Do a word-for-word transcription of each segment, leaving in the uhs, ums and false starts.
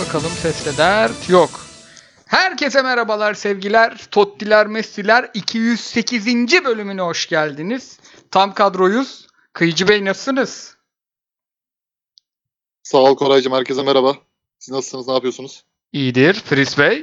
bakalım sesle dert yok. Herkese merhabalar sevgiler. Tottiler Messi'ler iki yüz sekizinci bölümüne hoş geldiniz. Tam kadroyuz. Kıyıcı Bey nasılsınız? Sağ ol Koraycığım. Herkese merhaba. Siz nasılsınız? Ne yapıyorsunuz? İyidir. Fris Bey?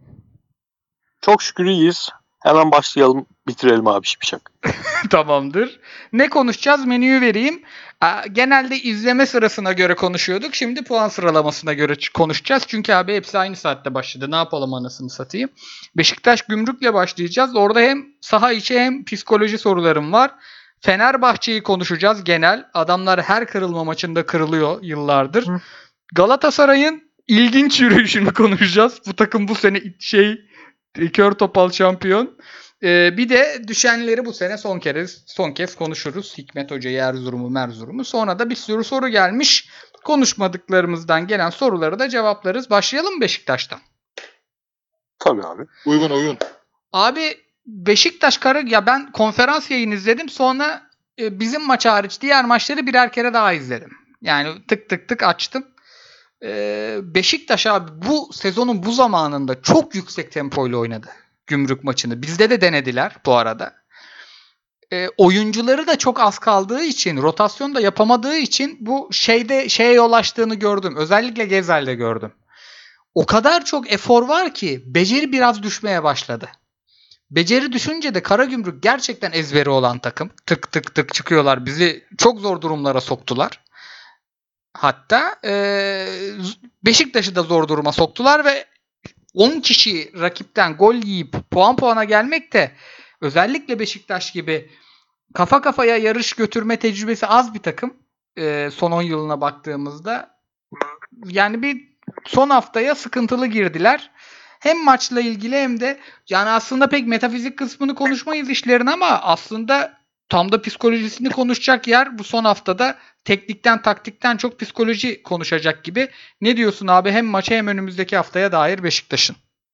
Çok şükür iyiyiz. Hemen başlayalım. Bitirelim abi şipşak. Tamamdır. Ne konuşacağız? Menüyü vereyim. Genelde izleme sırasına göre konuşuyorduk. Şimdi puan sıralamasına göre konuşacağız. Çünkü abi hepsi aynı saatte başladı. Ne yapalım anasını satayım. Beşiktaş Gümrük'le başlayacağız. Orada hem saha içi hem psikoloji sorularım var. Fenerbahçe'yi konuşacağız genel. Adamlar her kırılma maçında kırılıyor yıllardır. Hı. Galatasaray'ın ilginç yürüyüşünü konuşacağız. Bu takım bu sene şey kör topal şampiyon. Ee, bir de düşenleri bu sene son kez son kez konuşuruz. Hikmet Hoca'yı, Erzurum'u, Merzurum'u. Sonra da bir sürü soru gelmiş. Konuşmadıklarımızdan gelen soruları da cevaplarız. Başlayalım mı Beşiktaş'tan? Tabii abi. Uygun uygun. Abi Beşiktaş karı ya ben konferans yayını izledim. Sonra e, bizim maç hariç diğer maçları birer kere daha izledim. Yani tık tık tık açtım. Ee, Beşiktaş abi bu sezonun bu zamanında çok yüksek tempoyla oynadı. Gümrük maçını. Bizde de denediler bu arada. E, oyuncuları da çok az kaldığı için, rotasyon da yapamadığı için bu şeyde şeye yol açtığını gördüm. Özellikle Gezel'de gördüm. O kadar çok efor var ki beceri biraz düşmeye başladı. Beceri düşünce de Karagümrük gerçekten ezberi olan takım. Tık tık tık çıkıyorlar. Bizi çok zor durumlara soktular. Hatta e, Beşiktaş'ı da zor duruma soktular ve on kişi rakipten gol yiyip puan puana gelmek de özellikle Beşiktaş gibi kafa kafaya yarış götürme tecrübesi az bir takım. Ee, son on yılına baktığımızda. Yani bir son haftaya sıkıntılı girdiler. Hem maçla ilgili hem de yani aslında pek metafizik kısmını konuşmayız işlerin ama aslında tam da psikolojisini konuşacak yer bu son haftada teknikten taktikten çok psikoloji konuşacak gibi. Ne diyorsun abi hem maça hem önümüzdeki haftaya dair Beşiktaş'ın?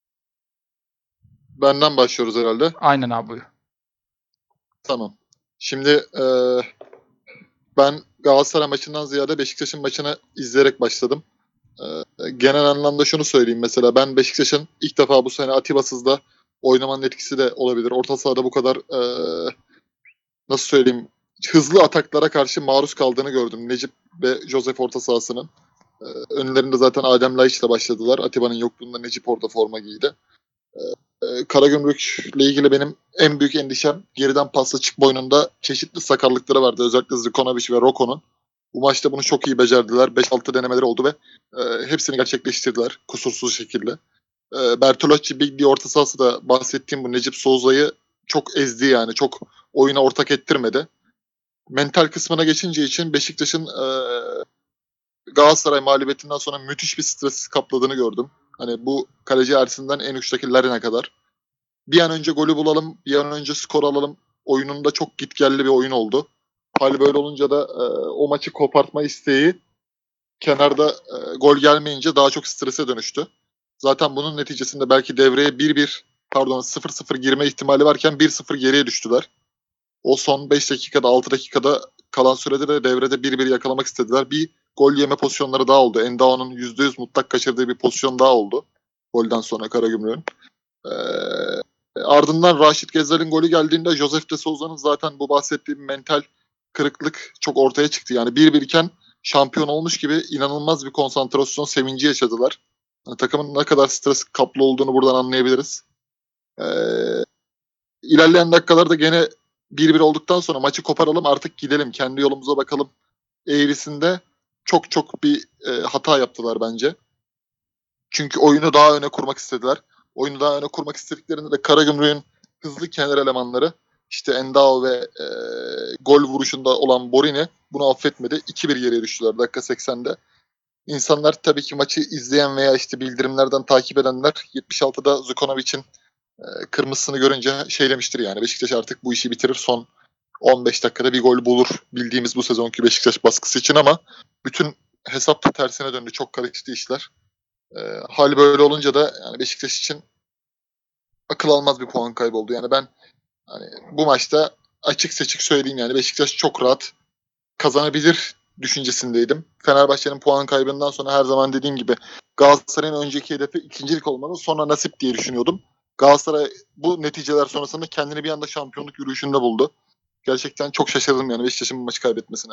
Benden başlıyoruz herhalde. Aynen abi. Tamam. Şimdi e, ben Galatasaray maçından ziyade Beşiktaş'ın maçını izleyerek başladım. E, genel anlamda şunu söyleyeyim mesela ben Beşiktaş'ın ilk defa bu sene Atiba'sızda oynamanın etkisi de olabilir. Orta sahada bu kadar e, nasıl söyleyeyim hızlı ataklara karşı maruz kaldığını gördüm. Necip ve Josef orta sahasının. E, önlerinde zaten Adem Laiç ile başladılar. Atiba'nın yokluğunda Necip orada forma giydi. E, Karagümrük'le ilgili benim en büyük endişem geriden pasla çıkma oyununda çeşitli sakarlıkları vardı. Özellikle Zikonovic ve Roko'nun. Bu maçta bunu çok iyi becerdiler. beş altı denemeleri oldu ve e, hepsini gerçekleştirdiler kusursuz şekilde. E, Bertolacci, Bigli orta sahası da bahsettiğim bu Necip Souza'yı çok ezdi yani. Çok oyuna ortak ettirmedi. Mental kısmına geçince için Beşiktaş'ın e, Galatasaray mağlubiyetinden sonra müthiş bir stres kapladığını gördüm. Hani bu kaleci Ersin'den en uçtaki Larin'e kadar. Bir an önce golü bulalım, bir an önce skor alalım. Oyununda çok gitgelli bir oyun oldu. Hali böyle olunca da e, o maçı kopartma isteği kenarda e, gol gelmeyince daha çok strese dönüştü. Zaten bunun neticesinde belki devreye bir bir pardon sıfır sıfır girme ihtimali varken bir sıfır geriye düştüler. O son beş dakikada altı dakikada kalan sürede de devrede bir bir yakalamak istediler. Bir gol yeme pozisyonları daha oldu. Endao'nun yüzde yüz mutlak kaçırdığı bir pozisyon daha oldu. Golden sonra Karagümrük'ün. Ee, ardından Raşit Gezal'in golü geldiğinde Josef de Souza'nın zaten bu bahsettiğim mental kırıklık çok ortaya çıktı. Yani bir bir iken şampiyon olmuş gibi inanılmaz bir konsantrasyon sevinci yaşadılar. Yani takımın ne kadar stres kaplı olduğunu buradan anlayabiliriz. Ee, ilerleyen dakikalarda gene bir bir olduktan sonra maçı koparalım artık gidelim kendi yolumuza bakalım eğrisinde çok çok bir e, hata yaptılar bence. Çünkü oyunu daha öne kurmak istediler. Oyunu daha öne kurmak istediklerinde de Karagümrük'ün hızlı kenar elemanları işte Endao ve e, gol vuruşunda olan Borini bunu affetmedi. iki bir geriye düştüler dakika seksende. İnsanlar tabii ki maçı izleyen veya işte bildirimlerden takip edenler yetmiş altıda Zukonovic'in e, kırmızısını görünce şey demiştir yani Beşiktaş artık bu işi bitirir son on beş dakikada bir gol bulur bildiğimiz bu sezonki Beşiktaş baskısı için ama bütün hesap tersine döndü. Çok karıştı işler. E, hal böyle olunca da yani Beşiktaş için akıl almaz bir puan kaybı oldu. Yani ben hani bu maçta açık seçik söyleyeyim yani Beşiktaş çok rahat kazanabilir düşüncesindeydim. Fenerbahçe'nin puan kaybından sonra her zaman dediğim gibi Galatasaray'ın önceki hedefi ikincilik olmalı. Sonra nasip diye düşünüyordum. Galatasaray bu neticeler sonrasında kendini bir anda şampiyonluk yürüyüşünde buldu. Gerçekten çok şaşırdım yani Beşiktaş'ın bu maçı kaybetmesine.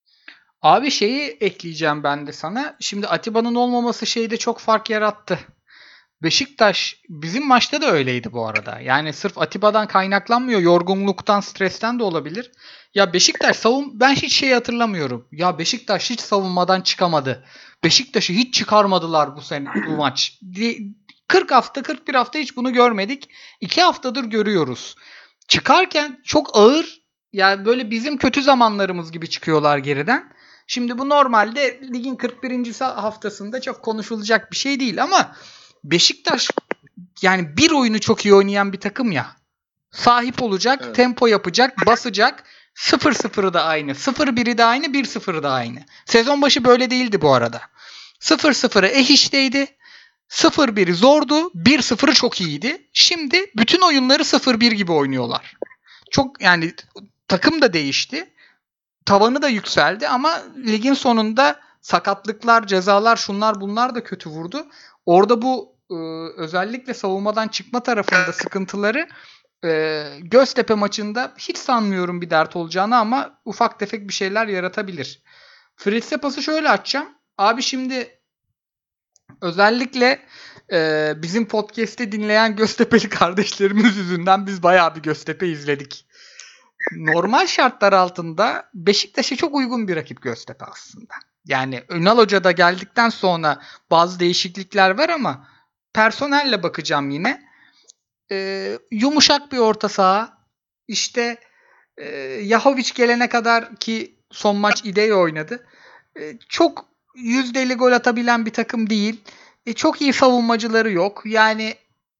Abi şeyi ekleyeceğim ben de sana. Şimdi Atiba'nın olmaması şeyde çok fark yarattı. Beşiktaş bizim maçta da öyleydi bu arada. Yani sırf Atiba'dan kaynaklanmıyor. Yorgunluktan, stresten de olabilir. Ya Beşiktaş savun ben hiç şey hatırlamıyorum. Ya Beşiktaş hiç savunmadan çıkamadı. Beşiktaş'ı hiç çıkarmadılar bu sene bu maç. kırk hafta kırk bir hafta hiç bunu görmedik. iki haftadır görüyoruz. Çıkarken çok ağır, yani böyle bizim kötü zamanlarımız gibi çıkıyorlar geriden. Şimdi bu normalde ligin kırk birinci haftasında çok konuşulacak bir şey değil ama Beşiktaş yani bir oyunu çok iyi oynayan bir takım ya. Sahip olacak, Evet. tempo yapacak, basacak. sıfır sıfırı da aynı, sıfır biri de aynı, bir sıfırı da aynı. Sezon başı böyle değildi bu arada. sıfır sıfırı eh işteydi. sıfır biri zordu, bir sıfırı çok iyiydi. Şimdi bütün oyunları sıfır bir gibi oynuyorlar. Çok yani takım da değişti. Tavanı da yükseldi ama ligin sonunda sakatlıklar, cezalar, şunlar bunlar da kötü vurdu. Orada bu e, özellikle savunmadan çıkma tarafında sıkıntıları e, Göztepe maçında hiç sanmıyorum bir dert olacağını ama ufak tefek bir şeyler yaratabilir. Fritz'e pası şöyle açacağım. Abi şimdi özellikle e, bizim podcast'i dinleyen Göztepe'li kardeşlerimiz yüzünden biz bayağı bir Göztepe izledik. Normal şartlar altında Beşiktaş'a çok uygun bir rakip Göztepe aslında. Yani Ünal Hoca da geldikten sonra bazı değişiklikler var ama personelle bakacağım yine. Ee, yumuşak bir orta saha. İşte e, Yahovic gelene kadar ki son maç İde'yi oynadı. E, çok yüzdeli gol atabilen bir takım değil. E, çok iyi savunmacıları yok. Yani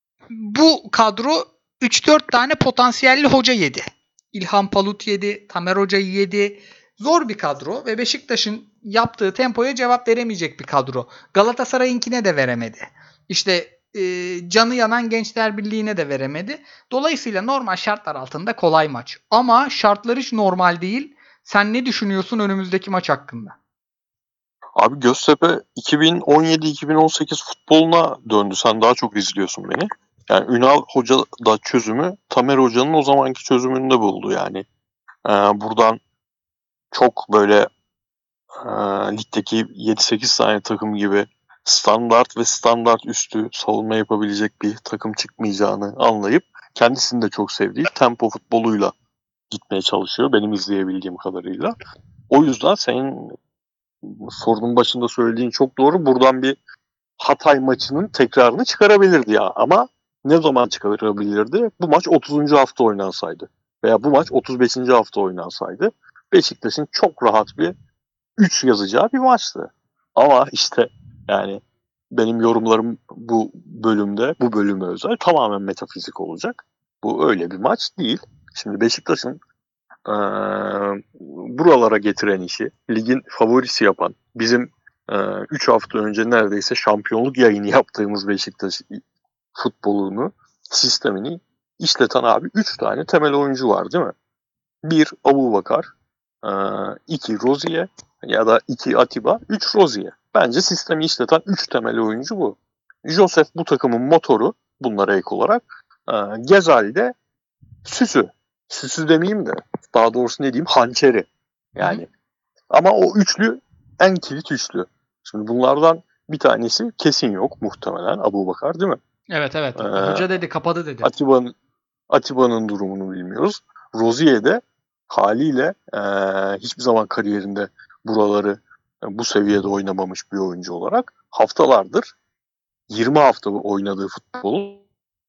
bu kadro üç dört tane potansiyelli hoca yedi. İlhan Palut yedi, Tamer Hoca'yı yedi. Zor bir kadro ve Beşiktaş'ın yaptığı tempoya cevap veremeyecek bir kadro. Galatasaray'ınkine de veremedi. İşte e, canı yanan Gençler Birliği'ne de veremedi. Dolayısıyla normal şartlar altında kolay maç. Ama şartlar hiç normal değil. Sen ne düşünüyorsun önümüzdeki maç hakkında? Abi Göztepe iki bin on yedi iki bin on sekiz futboluna döndü. Sen daha çok izliyorsun beni. Yani Ünal Hoca da çözümü Tamer Hoca'nın o zamanki çözümünde buldu yani. Ee, buradan çok böyle e, ligdeki yedi sekiz tane takım gibi standart ve standart üstü savunma yapabilecek bir takım çıkmayacağını anlayıp kendisini de çok sevdiği tempo futboluyla gitmeye çalışıyor benim izleyebildiğim kadarıyla. O yüzden senin sorunun başında söylediğin çok doğru. Buradan bir Hatay maçının tekrarını çıkarabilirdi ya. Ama ne zaman çıkarabilirdi? Bu maç otuzuncu hafta oynansaydı. Veya bu maç otuz beşinci hafta oynansaydı. Beşiktaş'ın çok rahat bir üç yazacağı bir maçtı. Ama işte yani benim yorumlarım bu bölümde, bu bölüme özel tamamen metafizik olacak. Bu öyle bir maç değil. Şimdi Beşiktaş'ın ee, buralara getiren işi, ligin favorisi yapan, bizim üç hafta önce neredeyse şampiyonluk yayını yaptığımız Beşiktaş futbolunu, sistemini işleten abi üç tane temel oyuncu var değil mi? bir Abubakar, iki Rozier ya da iki Atiba, üç Rozier. Bence sistemi işleten üç temel oyuncu bu. Joseph bu takımın motoru, bunlara ek olarak. Gezal de süsü. Süsü demeyeyim de daha doğrusu ne diyeyim, hançeri. Yani. Hı. Ama o üçlü en kilit üçlü. Şimdi bunlardan bir tanesi kesin yok muhtemelen, Abubakar değil mi? Evet evet. Ee, Hoca dedi, kapadı dedi. Atiba'nın Atiba'nın durumunu bilmiyoruz. Rozier de haliyle e, hiçbir zaman kariyerinde buraları bu seviyede oynamamış bir oyuncu olarak haftalardır yirmi hafta oynadığı futbolun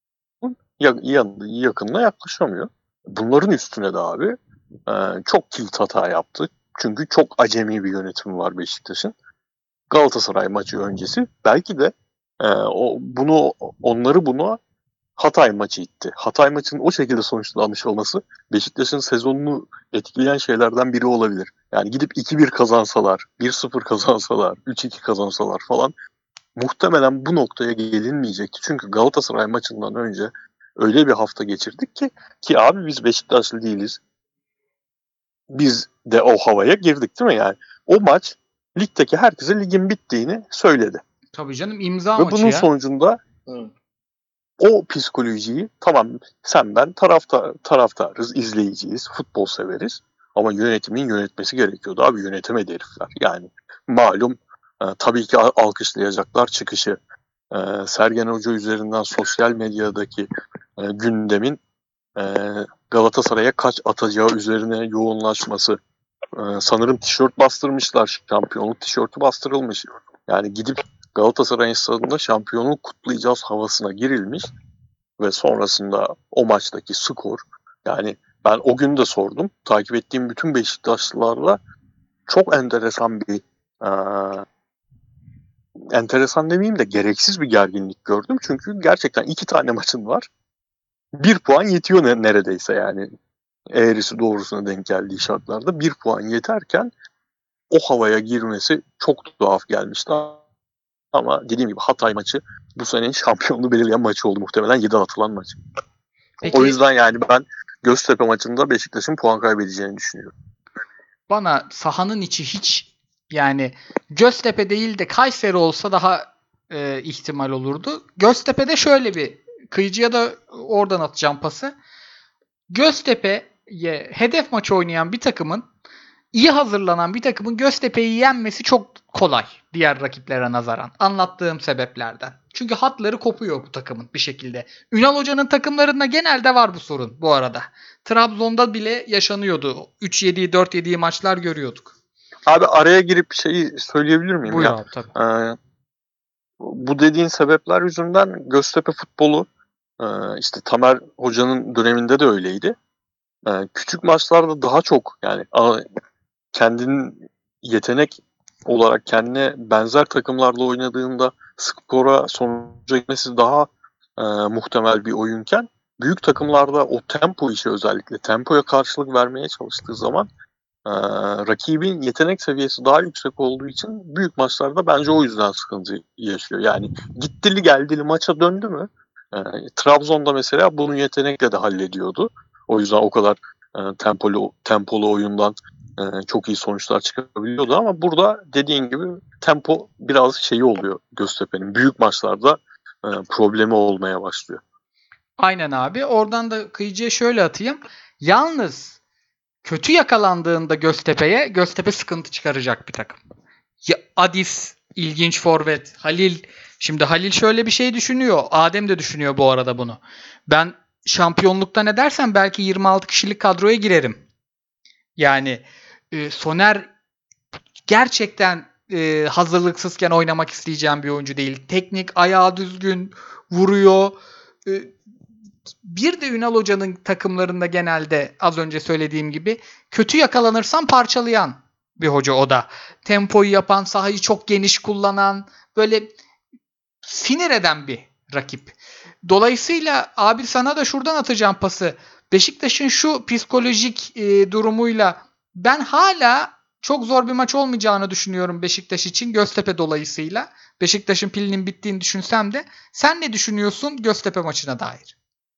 yakınına yaklaşamıyor. Bunların üstüne de abi e, çok kilit hata yaptı. Çünkü çok acemi bir yönetimi var Beşiktaş'ın. Galatasaray maçı öncesi belki de e, o bunu onları buna Hatay maçı itti. Hatay maçının o şekilde sonuçlanmış olması Beşiktaş'ın sezonunu etkileyen şeylerden biri olabilir. Yani gidip iki bir kazansalar, bir sıfır kazansalar, üç iki kazansalar falan muhtemelen bu noktaya gelinmeyecekti. Çünkü Galatasaray maçından önce öyle bir hafta geçirdik ki ki abi biz Beşiktaşlı değiliz. Biz de o havaya girdik değil mi yani? o maç ligdeki herkese ligin bittiğini söyledi. Tabii canım, imza Ve maçı bunun ya. sonucunda Hı. o psikolojiyi, tamam sen ben tarafta, taraftarız, izleyiciyiz, futbol severiz ama yönetimin yönetmesi gerekiyordu. Abi yönetemedi herifler. Yani malum e, tabii ki alkışlayacaklar çıkışı. E, Sergen Hoca üzerinden sosyal medyadaki e, gündemin e, Galatasaray'a kaç atacağı üzerine yoğunlaşması. E, sanırım tişört bastırmışlar. Şampiyonluk tişörtü bastırılmış. Yani gidip Galatasaray'ın stadında şampiyonluk kutlayacağız havasına girilmiş. Ve sonrasında o maçtaki skor, yani ben o gün de sordum. Takip ettiğim bütün Beşiktaşlılarla çok enteresan bir e, enteresan demeyeyim de gereksiz bir gerginlik gördüm. Çünkü gerçekten iki tane maçın var. Bir puan yetiyor ne, neredeyse yani. Eğrisi doğrusuna denk geldiği şartlarda bir puan yeterken o havaya girmesi çok tuhaf gelmişti. Ama dediğim gibi Hatay maçı bu senenin şampiyonluğu belirleyen maçı oldu muhtemelen. yedi atılan maç. Peki, O yüzden yani ben Göztepe maçında Beşiktaş'ın puan kaybedeceğini düşünüyorum. bana sahanın içi hiç, yani Göztepe değil de Kayseri olsa daha e, ihtimal olurdu. Göztepe'de şöyle bir, kıyıcıya da oradan atacağım pası. Göztepe'ye hedef maçı oynayan bir takımın, iyi hazırlanan bir takımın Göztepe'yi yenmesi çok kolay diğer rakiplere nazaran. Anlattığım sebeplerden. Çünkü hatları kopuyor bu takımın bir şekilde. Ünal Hoca'nın takımlarında genelde var bu sorun bu arada. Trabzon'da bile yaşanıyordu. üç yediği dört yediği maçlar görüyorduk. Abi araya girip şeyi söyleyebilir miyim Buyur ya? abi, tabii. Ee, bu dediğin sebepler yüzünden Göztepe futbolu e, işte Tamer Hoca'nın döneminde de öyleydi. E, küçük maçlarda daha çok yani kendinin yetenek olarak kendine benzer takımlarla oynadığında skora sonuca gitmesi daha e, muhtemel bir oyunken büyük takımlarda o tempo işi, özellikle tempoya karşılık vermeye çalıştığı zaman e, rakibin yetenek seviyesi daha yüksek olduğu için büyük maçlarda bence o yüzden sıkıntı yaşıyor. Yani gittili geldili maça döndü mü e, Trabzon'da mesela bunu yetenekle de hallediyordu. O yüzden o kadar e, tempolu tempolu oyundan e, çok iyi sonuçlar çıkabiliyordu ama burada dediğin gibi tempo biraz şeyi oluyor Göztepe'nin. Büyük maçlarda e, problemi olmaya başlıyor. Aynen abi. Oradan da kıyıcıya şöyle atayım. Yalnız kötü yakalandığında Göztepe'ye, Göztepe sıkıntı çıkaracak bir takım. Ya Adis, ilginç forvet, Halil. Şimdi Halil şöyle bir şey düşünüyor. Adem de düşünüyor bu arada bunu. Ben şampiyonlukta ne dersen belki yirmi altı kişilik kadroya girerim. Yani e, Soner gerçekten e, hazırlıksızken oynamak isteyeceğim bir oyuncu değil. Teknik, ayağı düzgün, vuruyor. E, bir de Ünal Hoca'nın takımlarında genelde az önce söylediğim gibi kötü yakalanırsan parçalayan bir hoca o da. Tempoyu yapan, sahayı çok geniş kullanan, böyle sinir eden bir rakip. Dolayısıyla abi sana da şuradan atacağım pası. Beşiktaş'ın şu psikolojik e, durumuyla ben hala çok zor bir maç olmayacağını düşünüyorum Beşiktaş için, Göztepe dolayısıyla. Beşiktaş'ın pilinin bittiğini düşünsem de. Sen ne düşünüyorsun Göztepe maçına dair?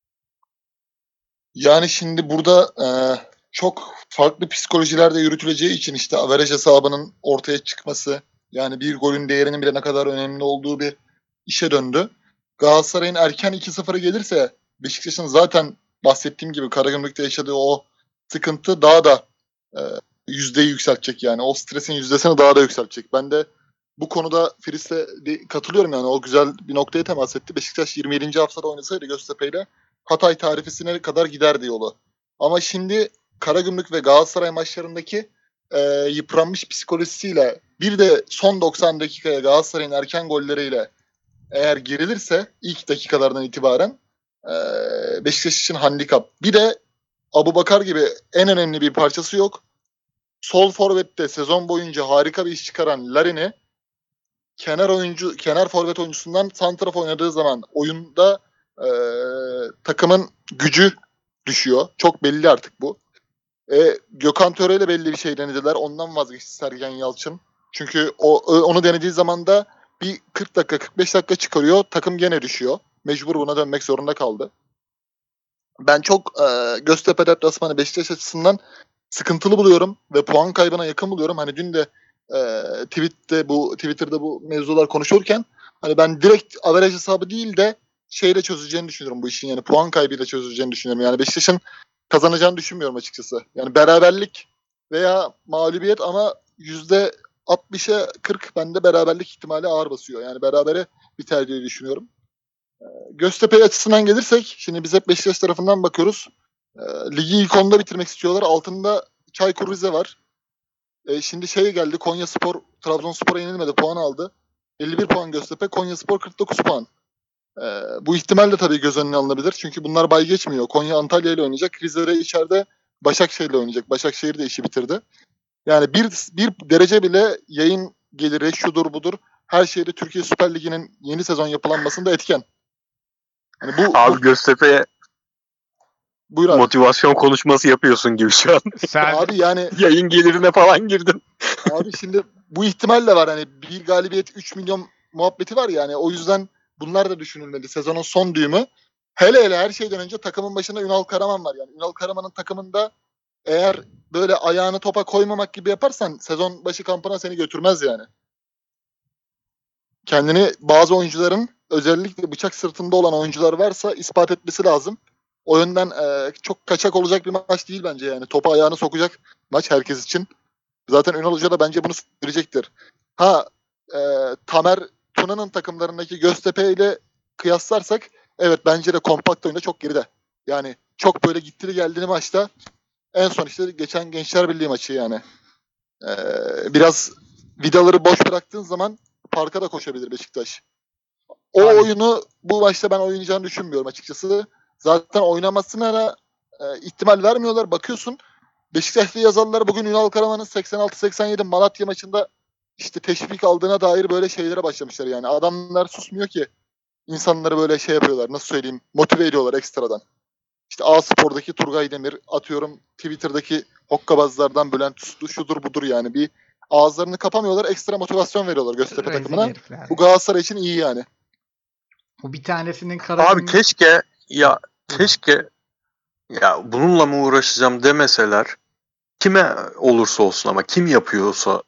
Yani şimdi burada e, çok farklı psikolojilerde yürütüleceği için işte averaj hesabının ortaya çıkması, yani bir golün değerinin bile ne kadar önemli olduğu bir işe döndü. Galatasaray'ın erken iki sıfıra gelirse Beşiktaş'ın zaten bahsettiğim gibi Karagümrük'te yaşadığı o sıkıntı daha da e, yüzdeyi yükseltecek yani. O stresin yüzdesini daha da yükseltecek. Ben de bu konuda Filiz'e katılıyorum yani. O güzel bir noktaya temas etti. Beşiktaş yirmi yedinci haftada oynasaydı Göztepe'yle Hatay tarifesine kadar giderdi yolu. Ama şimdi Karagümrük ve Galatasaray maçlarındaki e, yıpranmış psikolojisiyle bir de son doksan dakikaya Galatasaray'ın erken golleriyle eğer girilirse ilk dakikalardan itibaren e, Beşiktaş için handikap. Bir de Abubakar gibi en önemli bir parçası yok. Sol forvette sezon boyunca harika bir iş çıkaran Larin'i kenar oyuncu, kenar forvet oyuncusundan santraf oynadığı zaman oyunda e, takımın gücü düşüyor. Çok belli artık bu. E, Gökhan Töre ile belli bir şey denediler. Ondan vazgeçti Sergen Yalçın. Çünkü o onu denediği zaman da bir kırk dakika kırk beş dakika çıkarıyor. Takım gene düşüyor. Mecbur buna dönmek zorunda kaldı. Ben çok e, Göztepe deplasmanı Beşiktaş açısından sıkıntılı buluyorum ve puan kaybına yakın buluyorum. Hani dün de e, tweette bu Twitter'da bu mevzular konuşurken hani ben direkt averaj hesabı değil de şeyle çözüleceğini düşünüyorum bu işin, yani puan kaybıyla çözüleceğini düşünüyorum. Yani Beşiktaş'ın kazanacağını düşünmüyorum açıkçası. Yani beraberlik veya mağlubiyet ama yüzde altmışa kırk bende beraberlik ihtimali ağır basıyor. Yani berabere biter diye düşünüyorum. Göztepe açısından gelirsek, şimdi biz hep Beşiktaş tarafından bakıyoruz. E, ligi ilk onda bitirmek istiyorlar. Altında Çaykur Rize var. E, şimdi şey geldi, Konyaspor Trabzonspor'a yenilmedi, puan aldı. elli bir puan Göztepe, Konyaspor kırk dokuz puan. E, bu ihtimal de tabii göz önüne alınabilir. Çünkü bunlar bay geçmiyor. Konya Antalya ile oynayacak. Rize içeride Başakşehir ile oynayacak. Başakşehir de işi bitirdi. Yani bir, bir derece bile yayın geliri, şudur budur, her şeyde Türkiye Süper Ligi'nin yeni sezon yapılanmasında etken. Yani bu, Abi bu Göztepe'ye buyur abi. motivasyon konuşması yapıyorsun gibi şu an. Sen Abi yani Yayın gelirine falan girdin. abi şimdi bu ihtimal de var. Hani bir galibiyet üç milyon muhabbeti var yani. O yüzden bunlar da düşünülmeli. Sezonun son düğümü. Hele hele her şeyden önce takımın başında Ünal Karaman var yani. Ünal Karaman'ın takımında eğer böyle ayağını topa koymamak gibi yaparsan sezon başı kampına seni götürmez yani. Kendini bazı oyuncuların, özellikle bıçak sırtında olan oyuncular varsa ispat etmesi lazım. O yönden e, çok kaçak olacak bir maç değil bence yani. Topa ayağını sokacak maç herkes için. Zaten Ünal Hoca da bence bunu söyleyecektir. Ha e, Tamer Tuna'nın takımlarındaki Göztepe ile kıyaslarsak evet bence de kompakt oyunda çok geride. Yani çok böyle gittili geldiğini maçta en son işte geçen Gençler Birliği maçı yani. E, biraz vidaları boş bıraktığın zaman parka da koşabilir Beşiktaş. O Abi. oyunu bu maçta ben oynayacağını düşünmüyorum açıkçası. Zaten oynamasına da e, ihtimal vermiyorlar. Bakıyorsun Beşiktaşlı yazarlar bugün Ünal Karaman'ın seksen altı seksen yedi Malatya maçında işte teşvik aldığına dair böyle şeylere başlamışlar yani. Adamlar susmuyor ki. İnsanları böyle şey yapıyorlar, nasıl söyleyeyim, motive ediyorlar ekstradan. İşte A-Spor'daki Turgay Demir, atıyorum Twitter'daki hokkabazlardan Bülent Uslu, şudur budur yani. Bir ağızlarını kapamıyorlar, ekstra motivasyon veriyorlar Göztepe rezil takımına. herifler. Bu Galatasaray için iyi yani. Bu bir tanesinin kara Abi keşke ya keşke ya bununla mı uğraşacağım demeseler, kime olursa olsun ama kim yapıyorsa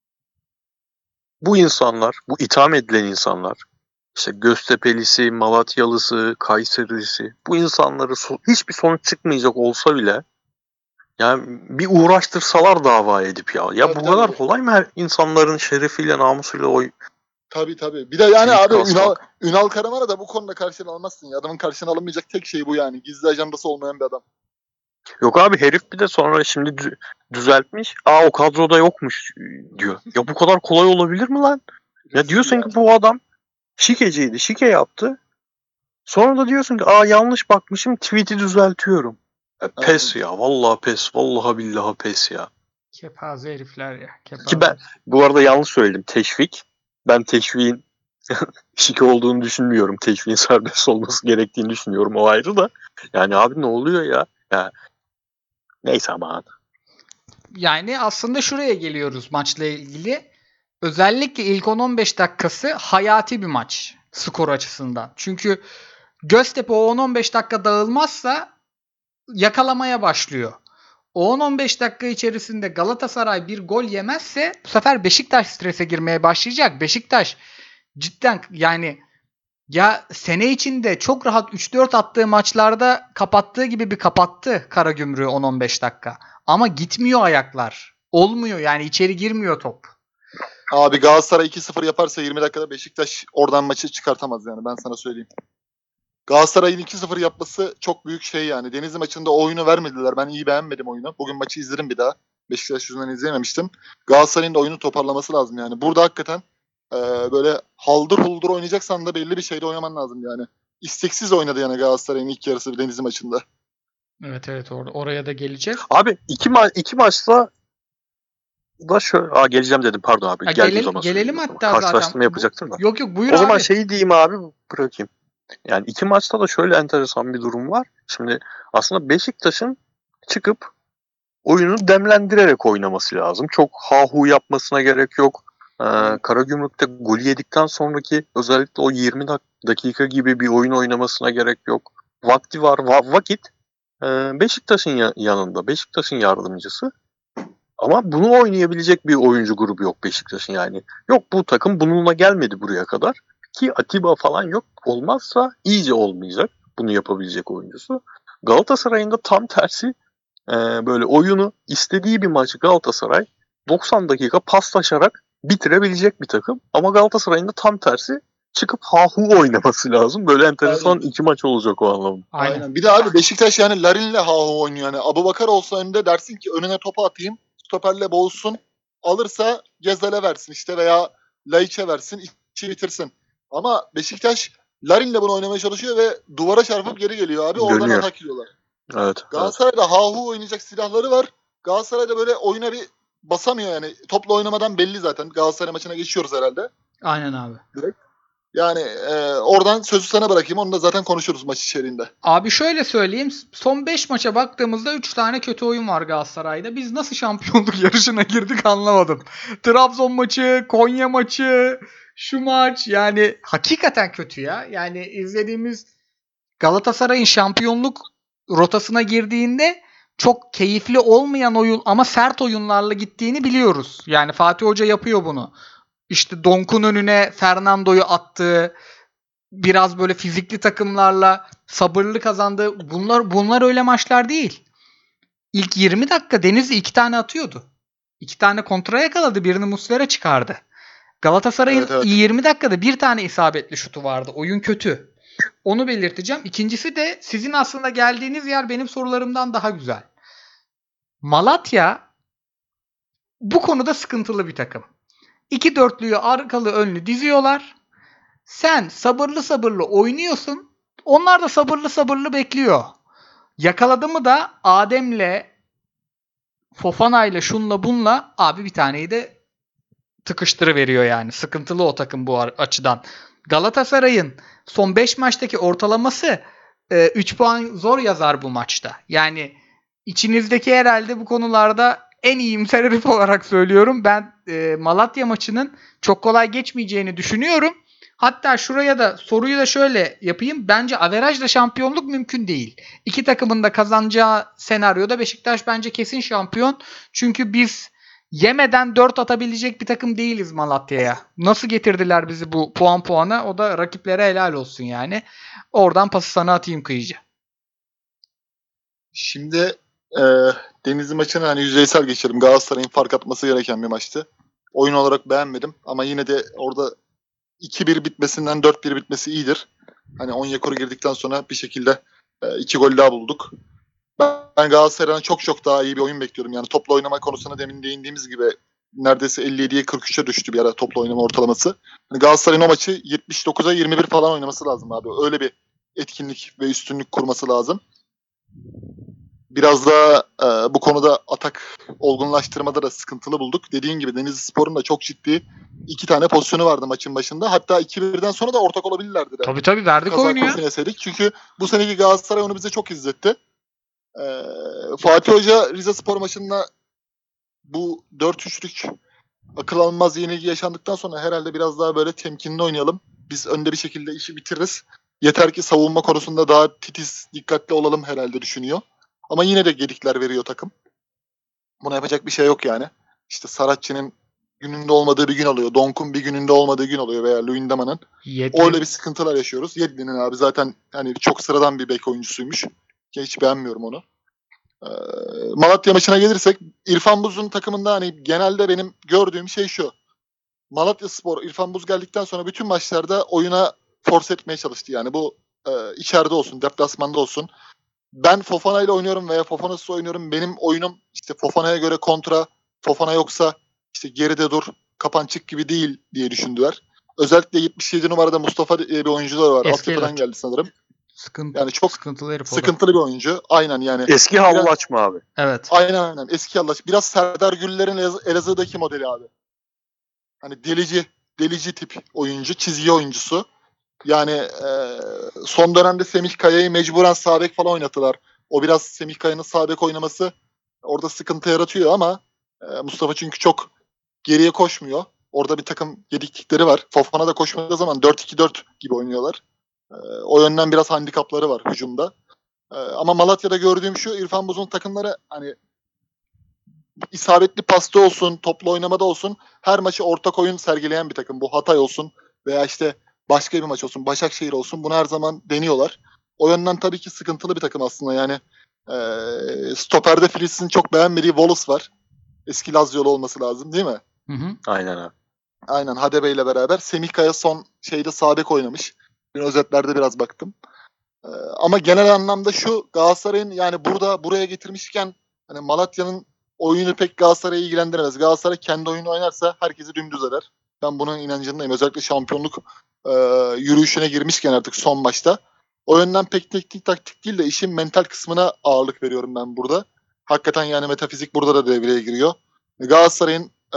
bu insanlar, bu itham edilen insanlar, işte Göztepe'lisi, Malatyalısı, Kayserilisi, bu insanları so- hiçbir sonuç çıkmayacak olsa bile yani bir uğraştırsalar dava edip ya. Ya Tabii, bu kadar tabii. kolay mı her insanların şerefiyle, namusuyla oy Tabii tabii. Bir de yani tweet abi Ünal, kasmak? Ünal Karaman'a da bu konuda karşına almazsın ya. Adamın karşına alınmayacak tek şey bu yani. Gizli ajandası olmayan bir adam. Yok abi, herif bir de sonra şimdi dü- düzeltmiş. Aa, o kadroda yokmuş diyor. Ya bu kadar kolay olabilir mi lan? Ya diyorsun ki bu adam şikeciydi, şike yaptı. Sonra da diyorsun ki aa yanlış bakmışım, tweet'i düzeltiyorum. Ya pes ya, vallahi pes, vallahi billahi pes ya. Kepaze herifler ya. Kepaze. Ki ben bu arada yanlış söyledim, teşvik. Ben teşviğin şike olduğunu düşünmüyorum. Teşviğin serbest olması gerektiğini düşünüyorum, o ayrı da. Yani abi ne oluyor ya? Ya neyse aman. Yani aslında şuraya geliyoruz maçla ilgili. Özellikle ilk on on beş dakikası hayati bir maç skor açısından. Çünkü Göztepe o on on beş dakika dağılmazsa yakalamaya başlıyor. O on on beş dakika içerisinde Galatasaray bir gol yemezse bu sefer Beşiktaş strese girmeye başlayacak. Beşiktaş cidden yani ya sene içinde çok rahat üç dört attığı maçlarda kapattığı gibi bir kapattı Karagümrük'ü on on beş dakika. Ama gitmiyor ayaklar. Olmuyor yani, içeri girmiyor top. Abi Galatasaray iki sıfır yaparsa yirmi dakikada Beşiktaş oradan maçı çıkartamaz yani, ben sana söyleyeyim. Galatasaray'ın iki sıfır yapması çok büyük şey yani. Denizli maçında o oyunu vermediler. Ben iyi beğenmedim oyunu. Bugün maçı izlerim bir daha. Beşiktaş yüzünden izleyememiştim. Galatasaray'ın da oyunu toparlaması lazım yani. Burada hakikaten e, böyle haldır huldur oynayacaksan da belli bir şeyde oynaman lazım yani. İsteksiz oynadı yani Galatasaray'ın ilk yarısı Denizli maçında. Evet evet or- oraya da geleceğiz. Abi iki, ma- iki maçta da şöyle... Aa, geleceğim dedim, pardon abi. Ha, Geldiği gelel- zaman gelelim söyleyeyim o zaman. hatta Karşılaştırma zaten. yapacaktım da. Bu, yok yok buyur O abi. zaman şeyi diyeyim abi, bırakayım. Yani iki maçta da şöyle enteresan bir durum var. Şimdi aslında Beşiktaş'ın çıkıp oyunu demlendirerek oynaması lazım. Çok hahu yapmasına gerek yok. Ee, Karagümrük'te golü yedikten sonraki özellikle o yirmi dakika gibi bir oyun oynamasına gerek yok. Vakti var, va- vakit. Ee, Beşiktaş'ın ya- yanında, Beşiktaş'ın yardımcısı. Ama bunu oynayabilecek bir oyuncu grubu yok Beşiktaş'ın yani. Yok bu takım bununla gelmedi buraya kadar. Ki Atiba falan yok. Olmazsa iyice olmayacak bunu yapabilecek oyuncusu. Galatasaray'ın da tam tersi e, böyle oyunu istediği bir maçı Galatasaray doksan dakika paslaşarak bitirebilecek bir takım. Ama Galatasaray'ın da tam tersi çıkıp hahu oynaması lazım. Böyle enteresan Aynen. iki maç olacak o anlamda. Aynen. Aynen. Bir de abi Beşiktaş yani Larin'le hahu oynuyor. Yani Abubakar olsa önünde dersin ki önüne topu atayım. Stoperle boğulsun. Alırsa Gezal'e versin işte veya Laiç'e versin. işi bitirsin. Ama Beşiktaş Larin'le bunu oynamaya çalışıyor ve duvara çarpıp geri geliyor abi. Oradan Dönüyor. atak yiyorlar. Evet. evet. Galatasaray'da hahu oynayacak silahları var. Galatasaray'da böyle oyuna bir basamıyor yani. Topla oynamadan belli zaten. Galatasaray maçına geçiyoruz herhalde. Aynen abi. Yani e, oradan sözü sana bırakayım. Onu da zaten konuşuruz maç içeriğinde. Abi şöyle söyleyeyim. Son beş maça baktığımızda üç tane kötü oyun var Galatasaray'da. Biz nasıl şampiyonluk yarışına girdik anlamadım. Trabzon maçı, Konya maçı, şu maç yani hakikaten kötü ya. Yani izlediğimiz Galatasaray'ın şampiyonluk rotasına girdiğinde çok keyifli olmayan oyun ama sert oyunlarla gittiğini biliyoruz. Yani Fatih Hoca yapıyor bunu. İşte Donk'un önüne Fernando'yu attığı, biraz böyle fizikli takımlarla sabırlı kazandığı, bunlar bunlar öyle maçlar değil. İlk yirmi dakika Denizli iki tane atıyordu. İki tane kontra yakaladı. Birini Muslera çıkardı. Galatasaray'ın Evet, evet. yirmi dakikada bir tane isabetli şutu vardı. Oyun kötü. Onu belirteceğim. İkincisi de sizin aslında geldiğiniz yer benim sorularımdan daha güzel. Malatya bu konuda sıkıntılı bir takım. İki dörtlüyü arkalı önlü diziyorlar. Sen sabırlı sabırlı oynuyorsun. Onlar da sabırlı sabırlı bekliyor. Yakaladı mı da Adem'le Fofana'yla şunla bunla abi bir taneyi de tıkıştırıveriyor yani. Sıkıntılı o takım bu açıdan. Galatasaray'ın son beş maçtaki ortalaması üç puan zor yazar bu maçta. Yani içinizdeki herhalde bu konularda en iyimser herif olarak söylüyorum. Ben e, Malatya maçının çok kolay geçmeyeceğini düşünüyorum. Hatta şuraya da soruyu da şöyle yapayım. Bence averajla şampiyonluk mümkün değil. İki takımın da kazanacağı senaryoda Beşiktaş bence kesin şampiyon. Çünkü biz yemeden dört atabilecek bir takım değiliz Malatya'ya. Nasıl getirdiler bizi bu puan puana? O da rakiplere helal olsun yani. Oradan pası sana atayım Kıyıcı. Şimdi e, Denizli maçını hani yüzeysel geçelim. Galatasaray'ın fark atması gereken bir maçtı. Oyun olarak beğenmedim ama yine de orada iki bir bitmesinden dört bir bitmesi iyidir. Hani Onyekuru girdikten sonra bir şekilde e, iki gol daha bulduk. Ben, ben Galatasaray'dan çok çok daha iyi bir oyun bekliyorum. Yani topla oynama konusuna demin değindiğimiz gibi neredeyse elli yediye kırk üçe düştü bir ara topla oynama ortalaması. Yani Galatasaray'ın o maçı yetmiş dokuza yirmi bir falan oynaması lazım abi. Öyle bir etkinlik ve üstünlük kurması lazım. Biraz da e, bu konuda atak olgunlaştırmada da sıkıntılı bulduk. Dediğin gibi Denizlispor'un da çok ciddi iki tane pozisyonu vardı maçın başında. Hatta iki birden sonra da ortak olabilirlerdi de. Tabii tabii verdik Kaza oyunu ya. yeseydik. Çünkü bu seneki Galatasaray onu bize çok izletti. E, Fatih Hoca Rizespor maçında bu dört üçlük akıl almaz yenilgi yaşandıktan sonra herhalde biraz daha böyle temkinli oynayalım. Biz önde bir şekilde işi bitiririz. Yeter ki savunma konusunda daha titiz, dikkatli olalım herhalde düşünüyor. Ama yine de gedikler veriyor takım. Buna yapacak bir şey yok yani. İşte Saratçı'nın gününde olmadığı bir gün oluyor. Donk'un bir gününde olmadığı gün oluyor veya Luyendama'nın. Öyle bir sıkıntılar yaşıyoruz. Yedlin'in abi zaten hani çok sıradan bir bek oyuncusuymuş. Ki hiç beğenmiyorum onu. Ee, Malatya maçına gelirsek İrfan Buz'un takımında hani genelde benim gördüğüm şey şu. Malatyaspor İrfan Buz geldikten sonra bütün maçlarda oyuna force etmeye çalıştı. Yani bu e, içeride olsun, deplasmanda olsun. Ben Fofana ile oynuyorum veya Fofana'sız oynuyorum. Benim oyunum işte Fofana'ya göre kontra, Fofana yoksa işte geride dur, kapan çık gibi değil diye düşündüler. Özellikle yetmiş yedi numarada Mustafa diye bir oyuncular var. Eski Altyapıdan geldi sanırım. Sıkıntı, yani çok sıkıntılı herif o da. sıkıntılı bir oyuncu. Aynen yani. Eski Hallaç mı abi? Evet. Aynen aynen. Eski Hallaç. Biraz Serdar Güller'in Elaz- Elazığ'daki modeli abi. Hani delici, delici tip oyuncu, çizgi oyuncusu. Yani e, son dönemde Semih Kaya'yı mecburen sağ bek falan oynattılar. O biraz Semih Kaya'nın sağ bek oynaması orada sıkıntı yaratıyor ama e, Mustafa çünkü çok geriye koşmuyor. Orada bir takım gediklikleri var. Fofana da koşmadığı zaman dört iki dört gibi oynuyorlar. E, o yönden biraz handikapları var hücumda. E, ama Malatya'da gördüğüm şu, İrfan Buz'un takımları hani isabetli pasta olsun, toplu oynamada olsun her maçı ortak oyun sergileyen bir takım. Bu Hatay olsun veya işte başka bir maç olsun, Başakşehir olsun bunu her zaman deniyorlar. O yönden tabii ki sıkıntılı bir takım aslında yani. E, stoperde Filiz'in çok beğenmediği Wallace var. Eski Lazio'lu olması lazım değil mi? Hı hı. Aynen abi. Aynen Hadebe ile beraber. Semih Kaya son şeyde sağ bek oynamış. Dün özetlerde biraz baktım. Ee, ama genel anlamda şu Galatasaray'ın yani burada buraya getirmişken hani Malatya'nın oyunu pek Galatasaray'ı ilgilendirmez. Galatasaray kendi oyunu oynarsa herkesi dümdüz eder. Ben bunun inancındayım. Özellikle şampiyonluk e, yürüyüşüne girmişken artık son maçta. O yönden pek teknik taktik değil de işin mental kısmına ağırlık veriyorum ben burada. Hakikaten yani metafizik burada da devreye giriyor. Galatasaray'ın e,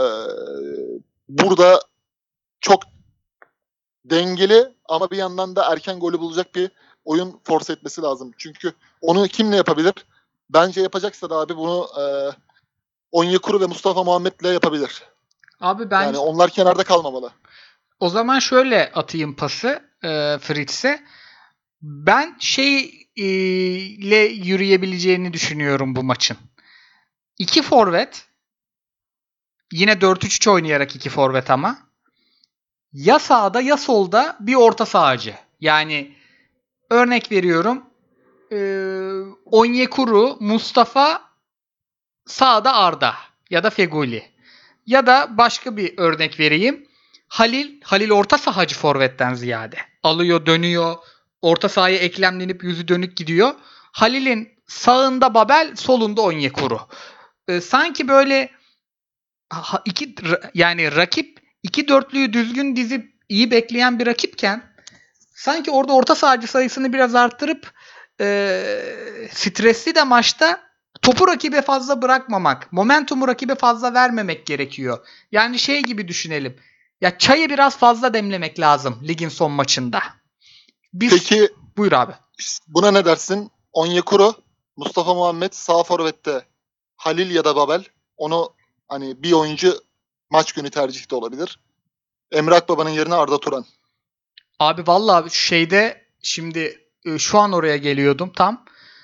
burada çok dengeli ama bir yandan da erken golü bulacak bir oyun force etmesi lazım. Çünkü onu kimle yapabilir? Bence yapacaksa da abi bunu e, Onyekuru ve Mustafa Muhammed'le yapabilir. Abi ben yani onlar kenarda kalmamalı. O zaman şöyle atayım pası e, Fritz'e. Ben şey e, ile yürüyebileceğini düşünüyorum bu maçın. İki forvet, yine dört üç üç oynayarak iki forvet ama ya sağda ya solda bir orta sahacı. Yani örnek veriyorum e, Onyekuru, Mustafa, sağda Arda ya da Feguli. Ya da başka bir örnek vereyim. Halil, Halil orta sahacı forvetten ziyade. Alıyor, dönüyor. Orta sahaya eklemlenip yüzü dönük gidiyor. Halil'in sağında Babel, solunda Onyekuru. Ee, sanki böyle ha, iki yani rakip iki dörtlüyü düzgün dizip iyi bekleyen bir rakipken sanki orada orta sahacı sayısını biraz arttırıp e, stresli de maçta topu rakibe fazla bırakmamak, momentumu rakibe fazla vermemek gerekiyor. Yani şey gibi düşünelim. Ya çayı biraz fazla demlemek lazım ligin son maçında. Biz... Peki buyur abi. Buna ne dersin? Onyekuru, Mustafa Muhammed sağ forvette, Halil ya da Babel. Onu hani bir oyuncu maç günü tercihte olabilir. Emre Akbaba'nın yerine Arda Turan. Abi vallahi şeyde şimdi şu an oraya geliyordum tam.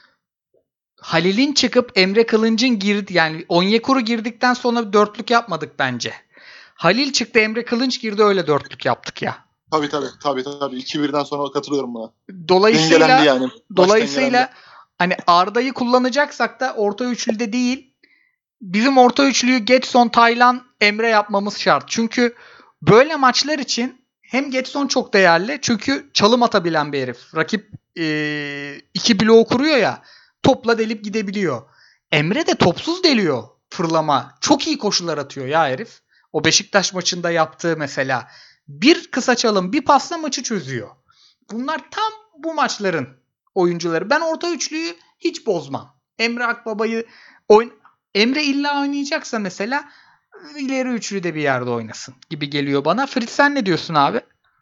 Halil'in çıkıp Emre Kılınç'ın girdi yani Onyekuru girdikten sonra dörtlük yapmadık bence. Halil çıktı, Emre Kılınç girdi, öyle dörtlük yaptık ya. Tabii tabii tabii tabii iki birden sonra katılıyorum buna. Dolayısıyla yani. dolayısıyla hani Arda'yı kullanacaksak da orta üçlüde değil, bizim orta üçlüyü Getson, Taylan, Emre yapmamız şart. Çünkü böyle maçlar için hem Getson çok değerli çünkü çalım atabilen bir herif. Rakip e, iki bloğu kuruyor ya, topla delip gidebiliyor. Emre de topsuz deliyor, fırlama. Çok iyi koşular atıyor ya herif. O Beşiktaş maçında yaptığı mesela. Bir kısa çalım, bir pasla maçı çözüyor. Bunlar tam bu maçların oyuncuları. Ben orta üçlüyü hiç bozmam. Emre Akbaba'yı oyn Emre illa oynayacaksa mesela ileri üçlü de bir yerde oynasın gibi geliyor bana. Fritz sen ne diyorsun abi?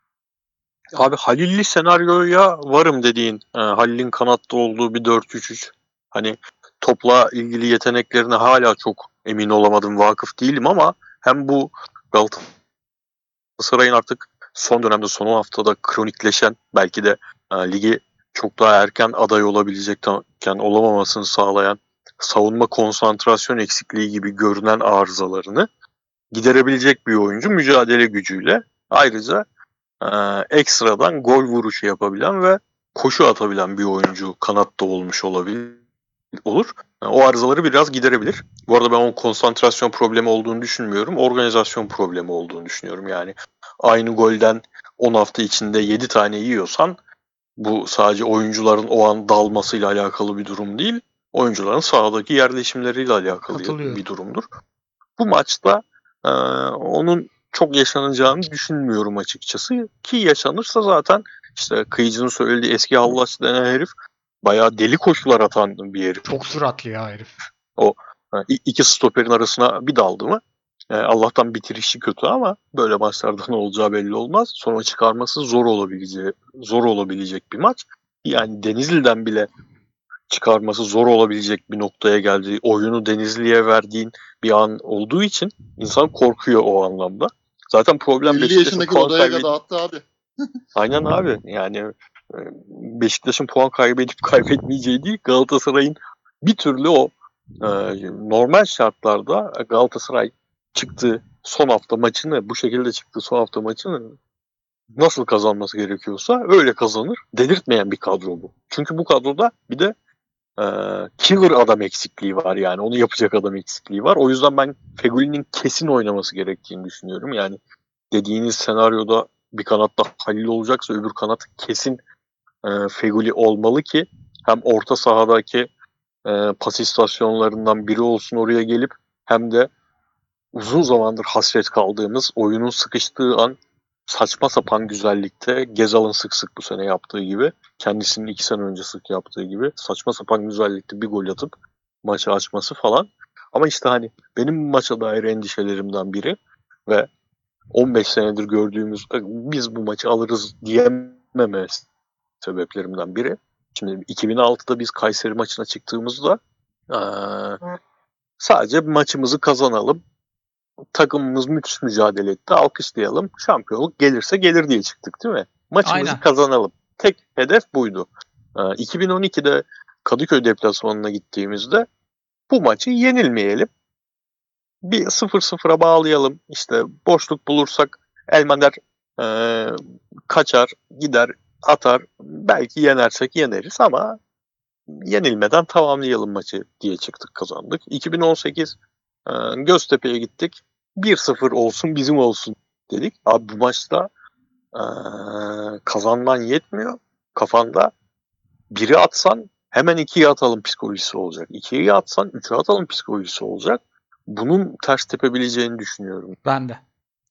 Abi Halil'li senaryoya varım dediğin. E, Halil'in kanatta olduğu bir dört üç üç. Hani topla ilgili yeteneklerine hala çok emin olamadım, vakıf değilim ama hem bu Galatasaray'ın artık son dönemde son haftada kronikleşen belki de e, ligi çok daha erken aday olabilecekken olamamasını sağlayan savunma konsantrasyon eksikliği gibi görünen arızalarını giderebilecek bir oyuncu mücadele gücüyle, ayrıca e, ekstradan gol vuruşu yapabilen ve koşu atabilen bir oyuncu kanatta olmuş olabilir olur. Yani o arızaları biraz giderebilir. Bu arada ben onun konsantrasyon problemi olduğunu düşünmüyorum. Organizasyon problemi olduğunu düşünüyorum. Yani aynı golden on hafta içinde yedi tane yiyorsan bu sadece oyuncuların o an dalmasıyla alakalı bir durum değil. Oyuncuların sahadaki yerleşimleriyle alakalı bir durumdur. Bu maçta e, onun çok yaşanacağını düşünmüyorum açıkçası. Ki yaşanırsa zaten işte Kıyıcı'nın söylediği eski Hallaç denen herif bayağı deli koşular atan bir herif. Çok süratli ya herif. O iki stoperin arasına bir daldı mı yani Allah'tan bitirişi kötü ama böyle maçlarda ne olacağı belli olmaz. Sonra çıkarması zor olabileceği, zor olabilecek bir maç. Yani Denizli'den bile çıkarması zor olabilecek bir noktaya geldiği, oyunu Denizli'ye verdiğin bir an olduğu için insan korkuyor o anlamda. Zaten problem elli yaşındaki odaya kaybed- dağıttı abi. Aynen abi. Yani Beşiktaş'ın puan kaybedip kaybetmeyeceği değil, Galatasaray'ın bir türlü o Ee, normal şartlarda Galatasaray çıktığı son hafta maçını, bu şekilde çıktığı son hafta maçını nasıl kazanması gerekiyorsa öyle kazanır. Delirtmeyen bir kadro bu. Çünkü bu kadroda bir de e, killer adam eksikliği var yani. Onu yapacak adam eksikliği var. O yüzden ben Fegüli'nin kesin oynaması gerektiğini düşünüyorum. Yani dediğiniz senaryoda bir kanatta Halil olacaksa öbür kanat kesin e, Fegüli olmalı ki hem orta sahadaki e, pas istasyonlarından biri olsun oraya gelip hem de uzun zamandır hasret kaldığımız oyunun sıkıştığı an saçma sapan güzellikte Gezal'ın sık sık bu sene yaptığı gibi kendisinin iki sene önce sık yaptığı gibi saçma sapan güzellikte bir gol atıp maçı açması falan. Ama işte hani benim maça dair endişelerimden biri ve on beş senedir gördüğümüz biz bu maçı alırız diyememe sebeplerimden biri. Şimdi iki bin altıda biz Kayseri maçına çıktığımızda ee, sadece maçımızı kazanalım. Takımımız müthiş mücadele etti. Alkışlayalım. Şampiyonluk gelirse gelir diye çıktık değil mi? Maçımızı Aynen. kazanalım. Tek hedef buydu. Ee, iki bin on ikide Kadıköy deplasmanına gittiğimizde bu maçı yenilmeyelim. Bir sıfır sıfıra bağlayalım. İşte boşluk bulursak Elmander e, kaçar, gider, atar. Belki yenersek yeneriz ama yenilmeden tamamlayalım maçı diye çıktık, kazandık. iki bin on sekiz e, Göztepe'ye gittik. bir sıfır olsun bizim olsun dedik. Abi bu maçta e, kazanman yetmiyor. Kafanda biri atsan hemen ikiye atalım psikolojisi olacak. İkiye atsan üçe atalım psikolojisi olacak. Bunun ters tepebileceğini düşünüyorum. Ben de.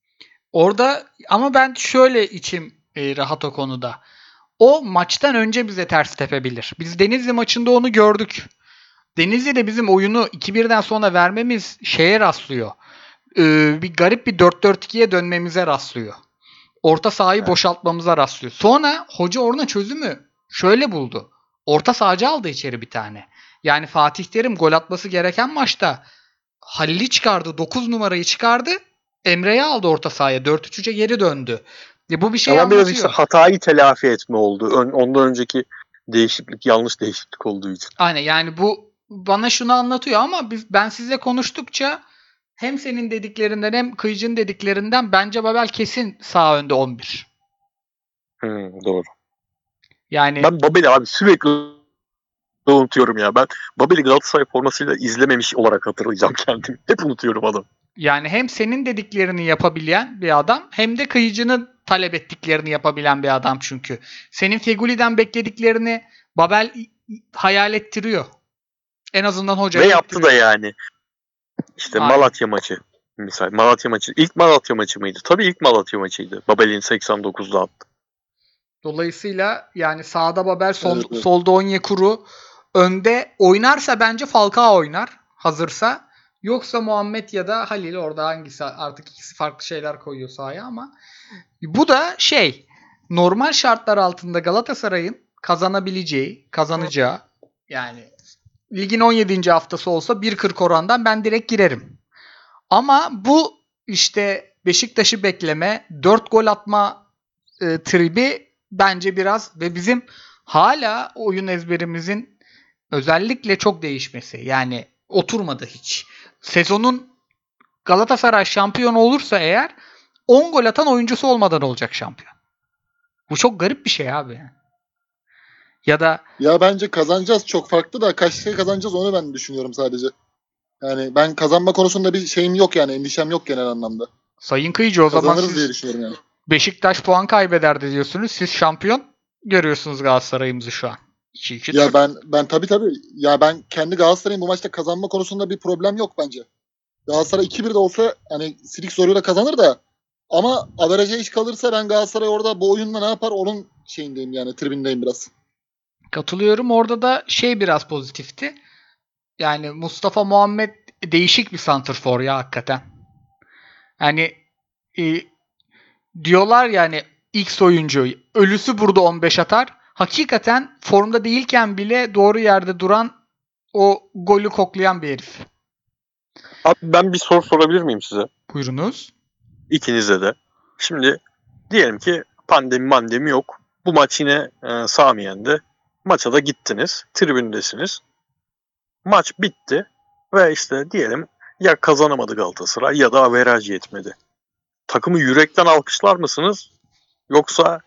Orada ama ben şöyle içim e, rahat o konuda. O maçtan önce bize ters tepebilir. Biz Denizli maçında onu gördük. Denizli'de bizim oyunu iki birden sonra vermemiz şeye rastlıyor. Ee, bir garip bir dört dört ikiye dönmemize rastlıyor. Orta sahayı Evet. boşaltmamıza rastlıyor. Sonra hoca orada çözümü şöyle buldu. Orta sahacı aldı içeri bir tane. Yani Fatih Terim gol atması gereken maçta Halil'i çıkardı. dokuz numarayı çıkardı. Emre'yi aldı orta sahaya. dört üç üçe geri döndü. E bu bir şey Ama biraz anlatıyor. işte hatayı telafi etme oldu. Ön, ondan önceki değişiklik yanlış değişiklik olduğu için. Aynen, yani bu bana şunu anlatıyor ama biz, ben sizle konuştukça hem senin dediklerinden hem Kıyıcı'nın dediklerinden bence Babel kesin sağ önde on bir. Hmm, doğru. Yani Ben Babel'i abi sürekli unutuyorum ya. Ben Babel'i Galatasaray formasıyla izlememiş olarak hatırlayacağım kendimi. Hep unutuyorum adamı. yani hem senin dediklerini yapabilen bir adam hem de Kıyıcı'nın talep ettiklerini yapabilen bir adam çünkü. Senin Feguli'den beklediklerini Babel hayal ettiriyor. En azından hoca Ve yaptı da yani. İşte Aynen. Malatya maçı. Misal Malatya maçı. İlk Malatya maçı mıydı? Tabii ilk Malatya maçıydı. Babel'in seksen dokuzda attı. Dolayısıyla yani sağda Babel, sol, Evet, evet. solda Onyekuru, önde oynarsa bence Falcao oynar hazırsa. Yoksa Muhammed ya da Halil, orada hangisi, artık ikisi farklı şeyler koyuyor sahaya ama bu da şey, normal şartlar altında Galatasaray'ın kazanabileceği, kazanacağı, yani ligin on yedinci haftası olsa bir kırk orandan ben direkt girerim. Ama bu işte Beşiktaş'ı bekleme, dört gol atma e, tribi bence biraz ve bizim hala oyun ezberimizin özellikle çok değişmesi. Yani oturmadı hiç. Sezonun Galatasaray şampiyon olursa eğer on gol atan oyuncusu olmadan olacak şampiyon. Bu çok garip bir şey abi. Ya da Ya bence kazanacağız, çok farklı da kaç şey kazanacağız onu ben düşünüyorum sadece. Yani ben kazanma konusunda bir şeyim yok, yani endişem yok genel anlamda. Sayın Kıyıcı, o zaman Kazanırız diye siz düşünüyorum yani. Beşiktaş puan kaybederdi diyorsunuz. Siz şampiyon görüyorsunuz Galatasaray'ımızı şu an. iki iki Ya ben ben tabii tabii. Ya ben kendi Galatasaray'ın bu maçta kazanma konusunda bir problem yok bence. Galatasaray iki bir de olsa hani silik zoruyla kazanır da, ama averaja iş kalırsa ben Galatasaray orada bu oyunla ne yapar onun şeyindeyim, yani tribindeyim biraz. Katılıyorum. Orada da şey biraz pozitifti. Yani Mustafa Muhammed değişik bir santrfor ya hakikaten. Yani e, diyorlar yani X oyuncu ölüsü burada on beş atar. Hakikaten formda değilken bile doğru yerde duran, o golü koklayan bir herif. Abi ben bir soru sorabilir miyim size? Buyurunuz. İkinize de. Şimdi diyelim ki pandemi mandemi yok. Bu maç yine e, Samiyen'de. Maça da gittiniz. Tribündesiniz. Maç bitti. Ve işte diyelim ya kazanamadı Galatasaray ya da averaj yetmedi. Takımı yürekten alkışlar mısınız? Yoksa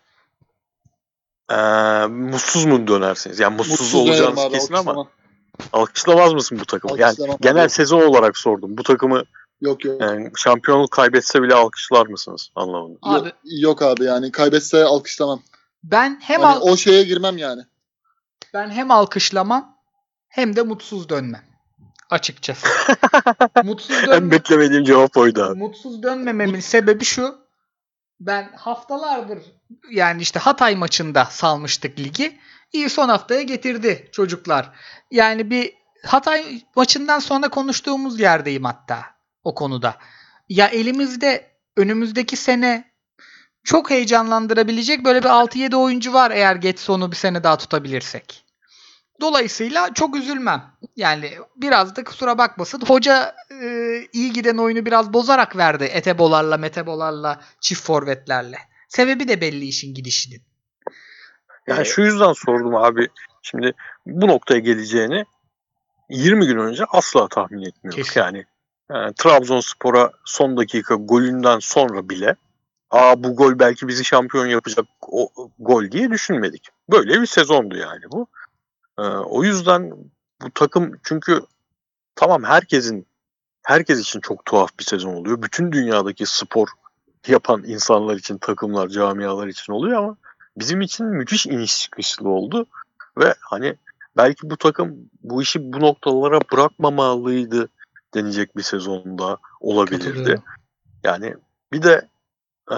ee, mutsuz mu dönersiniz? Yani mutsuz, Mutsuz dönerim olacağınız abi, kesin ama alkışlamam. alkışlamaz mısın bu takımı? Yani Alkışlamam genel abi. sezon olarak sordum. Bu takımı Yok yok. yani şampiyonluk kaybetse bile alkışlar mısınız anlamında? Abi Yok, yok abi, yani kaybetse alkışlamam. ben hem Hani al- o şeye girmem yani. ben hem alkışlamam hem de mutsuz dönmem. Açıkçası. Mutsuz En dönme beklemediğim cevap oydu abi. mutsuz dönmememin sebebi şu. Ben haftalardır yani işte Hatay maçında salmıştık ligi. İyi son haftaya getirdi çocuklar. Yani bir Hatay maçından sonra konuştuğumuz yerdeyim hatta o konuda. Ya elimizde önümüzdeki sene çok heyecanlandırabilecek böyle bir altı yedi oyuncu var eğer Getson'u bir sene daha tutabilirsek. Dolayısıyla çok üzülmem. Yani biraz da kusura bakmasın. Hoca e, iyi giden oyunu biraz bozarak verdi. Etebolarla, Metebolarla, çift forvetlerle. Sebebi de belli işin gidişinin. Yani Ee, şu yüzden sordum abi. Şimdi bu noktaya geleceğini yirmi gün önce asla tahmin etmiyorduk. Kesin. Yani, yani Trabzonspor'a son dakika golünden sonra bile aa bu gol belki bizi şampiyon yapacak o, gol diye düşünmedik. Böyle bir sezondu yani bu. Ee, o yüzden bu takım çünkü tamam herkesin herkes için çok tuhaf bir sezon oluyor. Bütün dünyadaki spor yapan insanlar için, takımlar, camialar için oluyor ama bizim için müthiş iniş çıkışlı oldu. Ve hani belki bu takım bu işi bu noktalara bırakmamalıydı denecek bir sezonda olabilirdi. Katılıyorum. Yani bir de ee,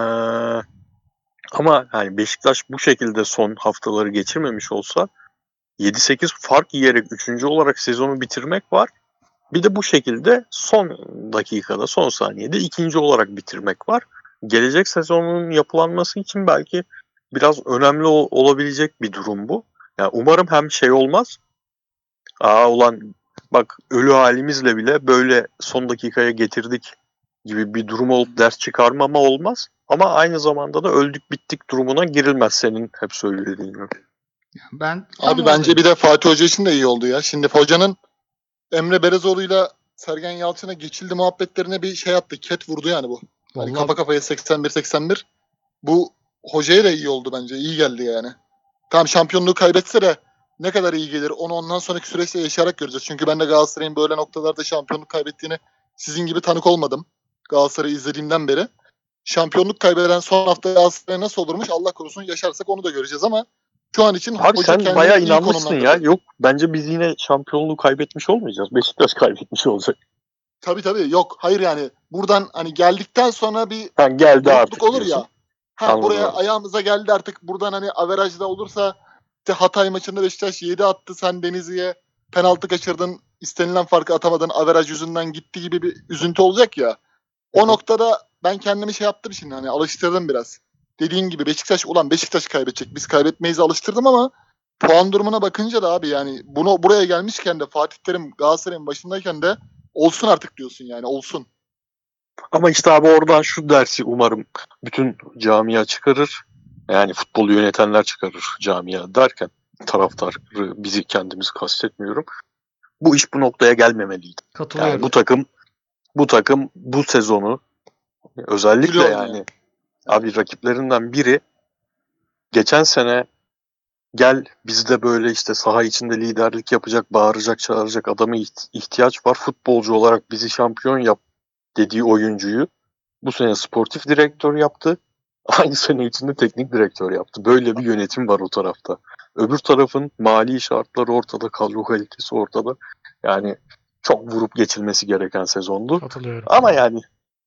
ama hani Beşiktaş bu şekilde son haftaları geçirmemiş olsa yedi sekiz fark yiyerek üçüncü olarak sezonu bitirmek var. Bir de bu şekilde son dakikada, son saniyede ikinci olarak bitirmek var. Gelecek sezonun yapılanması için belki biraz önemli ol- olabilecek bir durum bu. Yani umarım hem şey olmaz. Aa ulan bak ölü halimizle bile böyle son dakikaya getirdik gibi bir durum olup ders çıkarmama olmaz. Ama aynı zamanda da öldük bittik durumuna girilmez senin hep söylediğin gibi. Ben tam Abi bence oradayım. bir de Fatih Hoca için de iyi oldu ya. Şimdi hocanın Emre Belezoğlu'yla Sergen Yalçın'a geçildi muhabbetlerine bir şey attı. Ket vurdu yani bu. Hani Vallahi kafa kafaya seksen bir seksen bir. Bu hocaya da iyi oldu bence. İyi geldi yani. Tamam, şampiyonluğu kaybetse de ne kadar iyi gelir onu ondan sonraki süreçte yaşayarak göreceğiz. Çünkü ben de Galatasaray'ın böyle noktalarda şampiyonluk kaybettiğini sizin gibi tanık olmadım. Galatasaray'ı izlediğimden beri. Şampiyonluk kaybeden son hafta Galatasaray nasıl olurmuş Allah korusun, yaşarsak onu da göreceğiz ama şu an için Abi hoca sen kendini bayağı iyi inanmışsın ya. konumlandırdı. Yok bence biz yine şampiyonluğu kaybetmiş olmayacağız. Beşiktaş kaybetmiş olacak. Tabii tabii, yok hayır, yani buradan hani geldikten sonra bir Ha, geldi burukluk artık olur diyorsun. ya. Ha, Anladım buraya abi. ayağımıza geldi artık, buradan hani averajda olursa işte Hatay maçında Beşiktaş yedi attı, sen Denizli'ye penaltı kaçırdın, istenilen farkı atamadın, averaj yüzünden gitti gibi bir üzüntü olacak ya. O Hı hı. noktada ben kendimi şey yaptım şimdi, hani alıştırdım biraz. Dediğin gibi Beşiktaş, ulan Beşiktaş kaybedecek, biz kaybetmeyiz alıştırdım ama puan durumuna bakınca da abi yani bunu buraya gelmişken de Fatih Terim Galatasaray'ın başındayken de olsun artık diyorsun, yani olsun. Ama işte abi oradan şu dersi umarım bütün camia çıkarır. Yani futbolu yönetenler çıkarır camia derken taraftarı bizi kendimizi kastetmiyorum. Bu iş bu noktaya gelmemeliydi. katılıyorum. Yani bu takım bu takım bu sezonu özellikle Gül oynuyor. yani abi rakiplerinden biri geçen sene gel bizde böyle işte saha içinde liderlik yapacak, bağıracak, çağıracak adama ihtiyaç var. Futbolcu olarak bizi şampiyon yap dediği oyuncuyu bu sene sportif direktör yaptı. Aynı sene içinde teknik direktör yaptı. Böyle bir yönetim var o tarafta. Öbür tarafın mali şartları ortada, kadro kalitesi ortada. Yani çok vurup geçilmesi gereken sezondu. Katılıyorum. Ama yani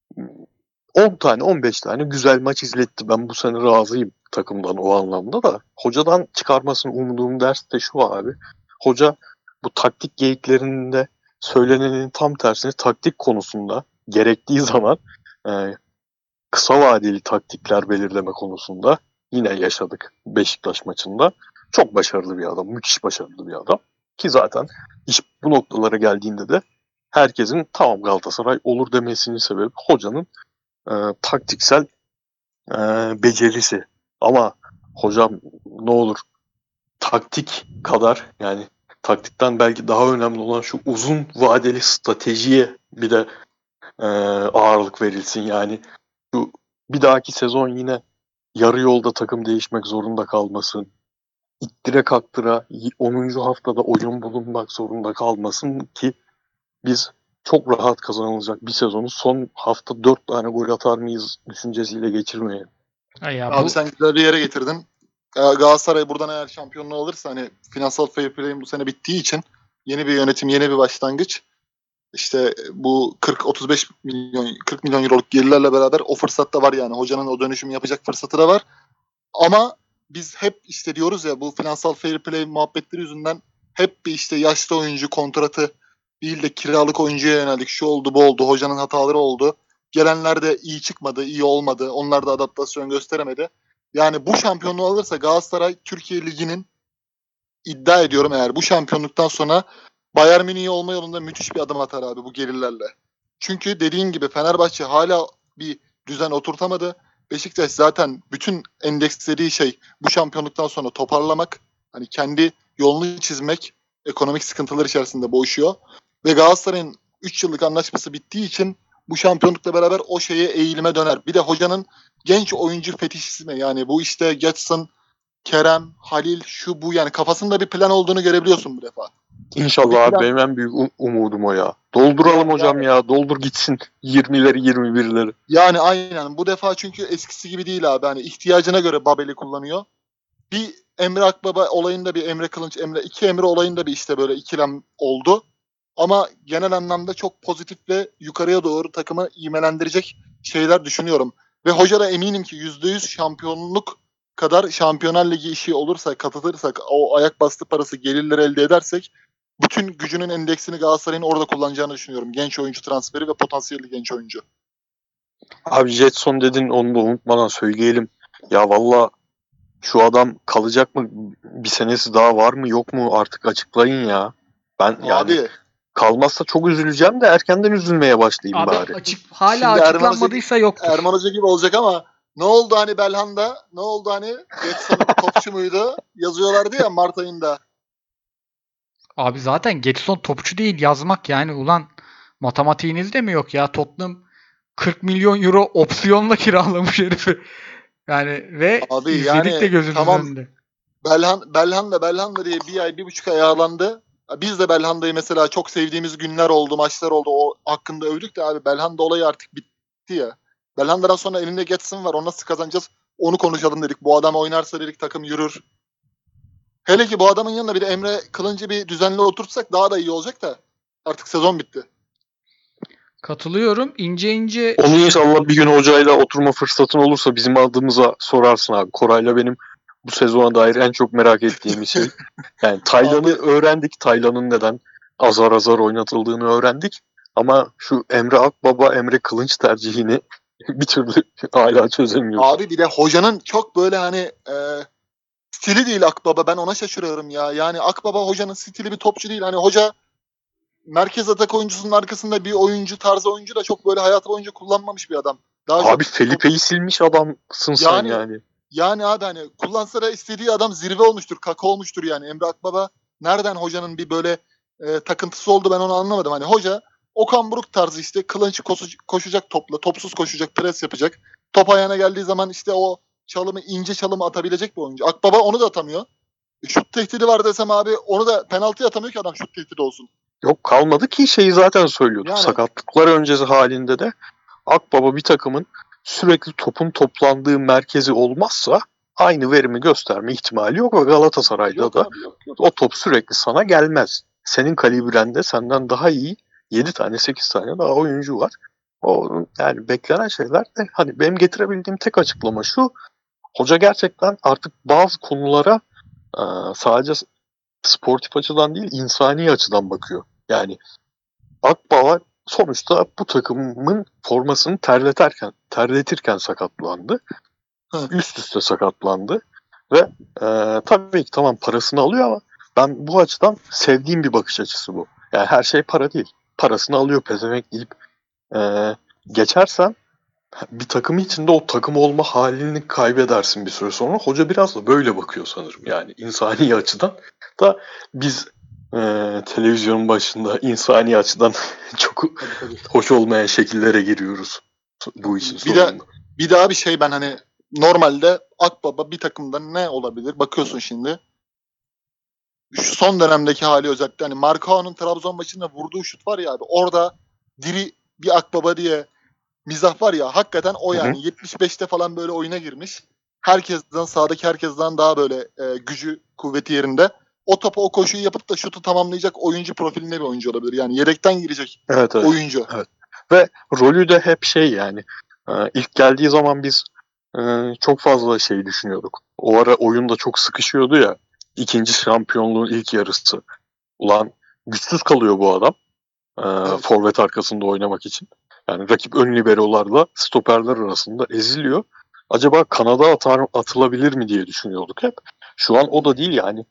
on tane on beş tane güzel maç izletti. Ben bu sene razıyım takımdan o anlamda da. Hocadan çıkarmasını umduğum ders de şu abi. Hoca bu taktik geyiklerinde söylenenin tam tersini taktik konusunda gerektiği zaman e, kısa vadeli taktikler belirleme konusunda yine yaşadık Beşiktaş maçında. Çok başarılı bir adam, müthiş başarılı bir adam. Ki zaten iş bu noktalara geldiğinde de herkesin tamam Galatasaray olur demesinin sebebi hocanın e, taktiksel e, becerisi. Ama hocam ne olur taktik kadar yani taktikten belki daha önemli olan şu uzun vadeli stratejiye bir de e, ağırlık verilsin. Yani şu bir dahaki sezon yine yarı yolda takım değişmek zorunda kalmasın. İttire kaktıra onuncu haftada oyun bulunmak zorunda kalmasın ki biz çok rahat kazanılacak bir sezonu son hafta dört tane gol atar mıyız düşüncesiyle geçirmeyelim. Ya Abi bu... sen güzel bir yere getirdin. Ga- Galatasaray buradan eğer şampiyonluğu alırsa hani finansal fair play'in bu sene bittiği için yeni bir yönetim, yeni bir başlangıç. İşte bu kırk otuz beş milyon kırk milyon euroluk gelirlerle beraber o fırsat da var yani. Hocanın o dönüşümü yapacak fırsatı da var. Ama biz hep işte diyoruz ya bu finansal fair play muhabbetleri yüzünden hep bir işte yaşlı oyuncu kontratı değil de kiralık oyuncuya yöneldik. Şu oldu bu oldu. Hocanın hataları oldu. Gelenler de iyi çıkmadı, iyi olmadı. Onlar da adaptasyon gösteremedi. Yani bu şampiyonluğu alırsa Galatasaray Türkiye Ligi'nin iddia ediyorum eğer bu şampiyonluktan sonra Bayern Münih olma yolunda müthiş bir adım atar abi bu gelirlerle. Çünkü dediğin gibi Fenerbahçe hala bir düzen oturtamadı. Beşiktaş zaten bütün endekslediği şey bu şampiyonluktan sonra toparlamak. Hani kendi yolunu çizmek ekonomik sıkıntılar içerisinde boğuşuyor. Ve Galatasaray'ın üç yıllık anlaşması bittiği için bu şampiyonlukla beraber o şeye eğilime döner. Bir de hocanın genç oyuncu fetişizmi yani bu işte Getson, Kerem, Halil şu bu yani kafasında bir plan olduğunu görebiliyorsun bu defa. İnşallah abi benim en büyük um- umudum o ya. Dolduralım yani, hocam yani. ya. Doldur gitsin yirmileri yirmi birleri. Yani aynen bu defa çünkü eskisi gibi değil abi. Hani ihtiyacına göre Babel'i kullanıyor. Bir Emre Akbaba olayında bir Emre Kılınç, Emre iki Emre olayında bir işte böyle ikilem oldu. Ama genel anlamda çok pozitif ve yukarıya doğru takımı imelendirecek şeyler düşünüyorum. Ve hoca da eminim ki yüzde yüz şampiyonluk kadar Şampiyonlar Ligi işi olursa, katılırsak, o ayak bastı parası gelirleri elde edersek bütün gücünün endeksini Galatasaray'ın orada kullanacağını düşünüyorum. Genç oyuncu transferi ve potansiyelli genç oyuncu. Abi Jetson dedin, onu da unutmadan söyleyelim. Ya valla şu adam kalacak mı? Bir senesi daha var mı yok mu? Artık açıklayın ya. Ben yani abi, kalmazsa çok üzüleceğim de erkenden üzülmeye başlayayım abi, bari. Açık, hala Şimdi açıklanmadıysa Erman yoktur. Erman Hoca gibi olacak ama ne oldu hani Belhanda? Ne oldu hani? Getson topçu muydu? Yazıyorlardı ya Mart ayında. Abi zaten Getson topçu değil, yazmak yani. Ulan matematiğiniz de mi yok ya? Tottenham kırk milyon euro opsiyonla kiralamış herifi. Yani ve abi izledik yani, de gözümüzün tamam, önünde. Belhan, Belhanda Belhanda diye bir ay bir buçuk ay ağırlandı. Biz de Belhanda'yı mesela çok sevdiğimiz günler oldu, maçlar oldu. O hakkında övdük de abi Belhanda olayı artık bitti ya. Belhanda'dan sonra elinde Getson var. Onu nasıl kazanacağız? Onu konuşalım dedik. Bu adam oynarsa dedik takım yürür. Hele ki bu adamın yanına bir de Emre Kılınç'ı bir düzenli oturtsak daha da iyi olacak da artık sezon bitti. Katılıyorum. İnce ince... Onu inşallah bir gün hocayla oturma fırsatın olursa bizim adımıza sorarsın abi. Koray'la benim bu sezona dair en çok merak ettiğim şey. Yani Taylan'ı öğrendik. Taylan'ın neden azar azar oynatıldığını öğrendik. Ama şu Emre Akbaba, Emre Kılınç tercihini bir türlü hala çözemiyoruz. Abi bir de hocanın çok böyle hani e, stili değil Akbaba. Ben ona şaşırıyorum ya. Yani Akbaba hocanın stili bir topçu değil. Hani hoca merkez atak oyuncusunun arkasında bir oyuncu, tarzı oyuncu da çok böyle hayatı boyunca kullanmamış bir adam. Daha abi çok, Felipe'yi top... silmiş adamsın sen yani. yani. Yani abi hani kullansa da istediği adam zirve olmuştur, kaka olmuştur yani. Emre Akbaba nereden hocanın bir böyle e, takıntısı oldu ben onu anlamadım. Hani hoca Okan Buruk tarzı işte Kılınç koşacak topla, topsuz koşacak, pres yapacak. Top ayağına geldiği zaman işte o çalımı, ince çalımı atabilecek bir oyuncu. Akbaba onu da atamıyor. Şut tehdidi var desem abi onu da penaltı atamıyor ki adam şut tehdidi olsun. Yok kalmadı ki şeyi zaten söylüyorduk. Yani, sakatlıklar öncesi halinde de Akbaba bir takımın sürekli topun toplandığı merkezi olmazsa aynı verimi gösterme ihtimali yok ve Galatasaray'da yok da abi, yok, yok. O top sürekli sana gelmez. Senin kalibrende senden daha iyi yedi tane sekiz tane daha oyuncu var. O yani beklenen şeyler de hani benim getirebildiğim tek açıklama şu. Hoca gerçekten artık bazı konulara sadece sportif açıdan değil insani açıdan bakıyor. Yani Akbaba sonuçta bu takımın formasını terleterken, terletirken sakatlandı. Hı. Üst üste sakatlandı. Ve e, tabii ki tamam parasını alıyor ama ben bu açıdan sevdiğim bir bakış açısı bu. Yani her şey para değil. Parasını alıyor pezevenk deyip e, geçersen bir takım içinde o takım olma halini kaybedersin bir süre sonra. Hoca biraz da böyle bakıyor sanırım yani insani açıdan da biz Ee, televizyonun başında insani açıdan çok hoş olmayan şekillere giriyoruz bu işin Bir de sonunda. bir daha bir şey, ben hani normalde Akbaba bir takımda ne olabilir? Bakıyorsun şimdi. Şu son dönemdeki hali özellikle hani Marcao'nun Trabzon maçında vurduğu şut var ya abi. Orada diri bir Akbaba diye mizah var ya, hakikaten o Hı hı. yani. yetmiş beşte falan böyle oyuna girmiş. Herkesten, sahadaki herkesten daha böyle e, gücü, kuvveti yerinde. O topu, o koşuyu yapıp da şutu tamamlayacak oyuncu profilinde bir oyuncu olabilir. Yani yedekten girecek Evet evet. oyuncu. Evet. Ve rolü de hep şey yani. e, ilk geldiği zaman biz e, çok fazla şey düşünüyorduk. O ara oyunda çok sıkışıyordu ya. İkinci şampiyonluğun ilk yarısı. Ulan güçsüz kalıyor bu adam. E, Evet. Forvet arkasında oynamak için. Yani rakip ön liberolarla stoperler arasında eziliyor. Acaba kanada atar, atılabilir mi diye düşünüyorduk hep. Şu an o da değil yani.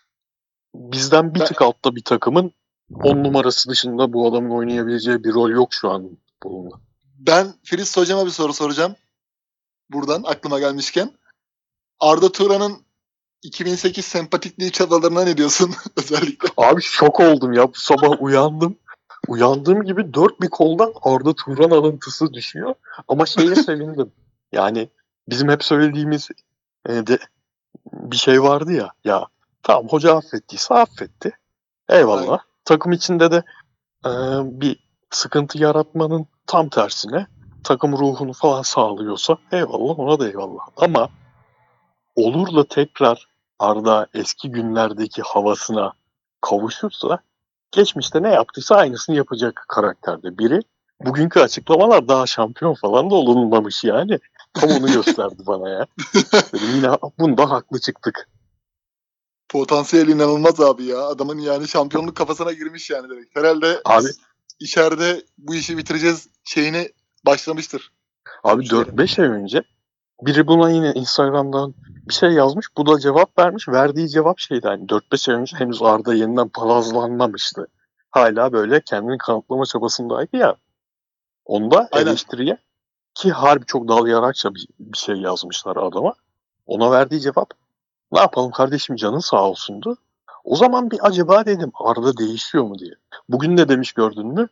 Bizden bir Ben- tık altta bir takımın on numarası dışında bu adamın oynayabileceği bir rol yok şu an bununla. Ben Filiz hocama bir soru soracağım. Buradan aklıma gelmişken. Arda Turan'ın iki bin sekiz sempatikliği çabalarına ne diyorsun özellikle? Abi şok oldum ya. Bu sabah uyandım. Uyandığım gibi dört bir koldan Arda Turan alıntısı düşüyor. Ama şeye sevindim. Yani bizim hep söylediğimiz e, de bir şey vardı ya. Ya tamam, hoca affettiyse affetti. Eyvallah. Aynen. Takım içinde de e, bir sıkıntı yaratmanın tam tersine takım ruhunu falan sağlıyorsa eyvallah, ona da eyvallah. Ama olur da tekrar Arda eski günlerdeki havasına kavuşursa geçmişte ne yaptıysa aynısını yapacak karakterde biri. Bugünkü açıklamalar daha şampiyon falan da olunmamış yani. Tam onu gösterdi bana ya. Dedim yine bunda haklı çıktık. Potansiyel inanılmaz abi ya. Adamın yani şampiyonluk kafasına girmiş yani direkt. Herhalde Abi içeride bu işi bitireceğiz şeyini başlamıştır. abi dört beş ay önce biri buna yine Instagram'dan bir şey yazmış. Bu da cevap vermiş. Verdiği cevap şeydi, hani dört beş ay önce henüz Arda yeniden palazlanmamıştı. Hala böyle kendini kanıtlama çabasındaydı ya. Onda Aynen. eleştiriye, ki harbi çok dal yarakça bir, bir şey yazmışlar adama. Ona verdiği cevap, ne yapalım kardeşim, canın sağ olsundu. O zaman bir acaba dedim Arda değişiyor mu diye. Bugün ne demiş gördün mü?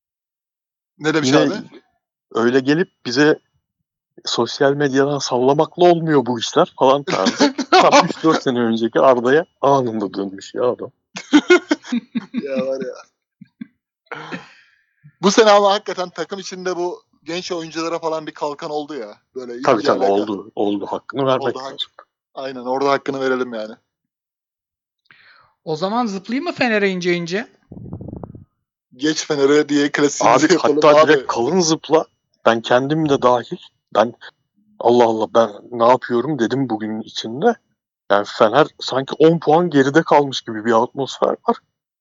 Ne demiş Yine abi? öyle gelip bize sosyal medyadan sallamakla olmuyor bu işler falan tarzı. Tam üç dört sene önceki Arda'ya anında dönmüş ya adam. Ya var ya. Bu sene ama hakikaten takım içinde bu genç oyunculara falan bir kalkan oldu ya. Böyle Tabii ilgi tabii alaka. oldu. Oldu, hakkını vermek Oldu. lazım. Aynen, orada hakkını verelim yani. O zaman zıplayayım mı Fener'e ince ince? Geç Fener'e diye klasiğimizi Abi yapalım hatta abi. direkt kalın zıpla. Ben kendim de dahil. Ben Allah Allah ben ne yapıyorum dedim bugün içinde. Yani Fener sanki on puan geride kalmış gibi bir atmosfer var.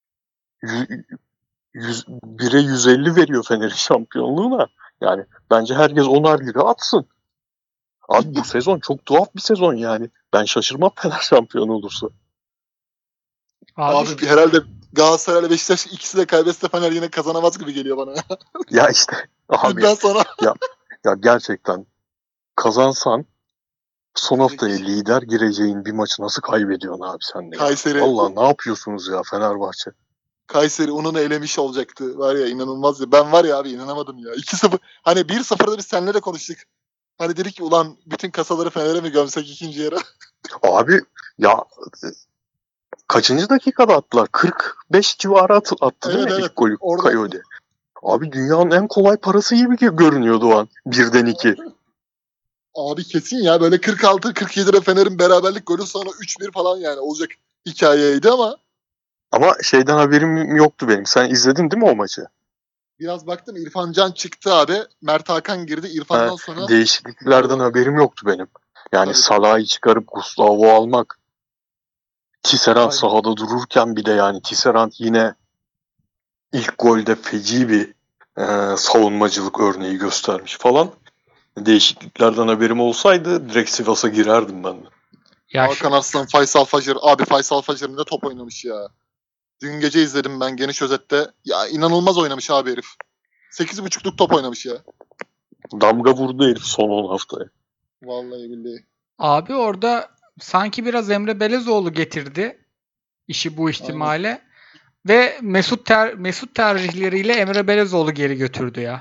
bire yüz elli veriyor Fener'in şampiyonluğuna. Yani bence herkes onar lira atsın. Abi bu sezon çok tuhaf bir sezon yani. Ben şaşırmam Fener şampiyon olursa. Abi, Abi herhalde Galatasaray ile Beşiktaş ikisi de kaybetse Fener yine kazanamaz gibi geliyor bana. Ya işte abi Dünden sonra. ya, ya gerçekten kazansan son haftaya lider gireceğin bir maçı nasıl kaybediyorsun abi sen de ya? Kayseri, Vallahi ne yapıyorsunuz ya Fenerbahçe? Kayseri Unun'u elemiş olacaktı. Var ya, inanılmaz ya. Ben var ya abi, inanamadım ya. iki sıfır. Hani bir sıfırda biz seninle de konuştuk. Hani dedik ki ulan bütün kasaları Fener'e mi gömsek ikinci yarı? Abi ya kaçıncı dakikada attılar? kırk beş civarı at, attı değil Evet mi evet. ilk golü Orada Coyote? Abi dünyanın en kolay parası gibi görünüyordu o an. Birden iki. abi kesin ya, böyle kırk altı kırk yedide Fener'in beraberlik golü sonra üç bir falan yani olacak hikayeydi ama Ama şeyden haberim yoktu benim. Sen izledin değil mi o maçı? biraz baktım, İrfan Can çıktı abi. Mert Hakan girdi. Ha, İrfan'dan sonra değişikliklerden haberim yoktu benim. Yani tabii tabii. Salah'ı çıkarıp Gustavo almak, Tisserand Aynen. sahada dururken bir de yani Tisserand yine ilk golde feci bir e, savunmacılık örneği göstermiş falan. Değişikliklerden haberim olsaydı direkt Sivas'a girerdim ben de. ya Hakan Arslan, Faysal Facır. Abi Faysal Facır ne top oynamış ya. Dün gece izledim ben geniş özette. Ya inanılmaz oynamış abi herif. sekiz buçukluk top oynamış ya. Damga vurdu herif son on haftaya. Vallahi billahi. abi orada sanki biraz Emre Belezoğlu getirdi işi bu Aynen. ihtimale. Ve Mesut ter, Mesut tercihleriyle Emre Belezoğlu geri götürdü ya.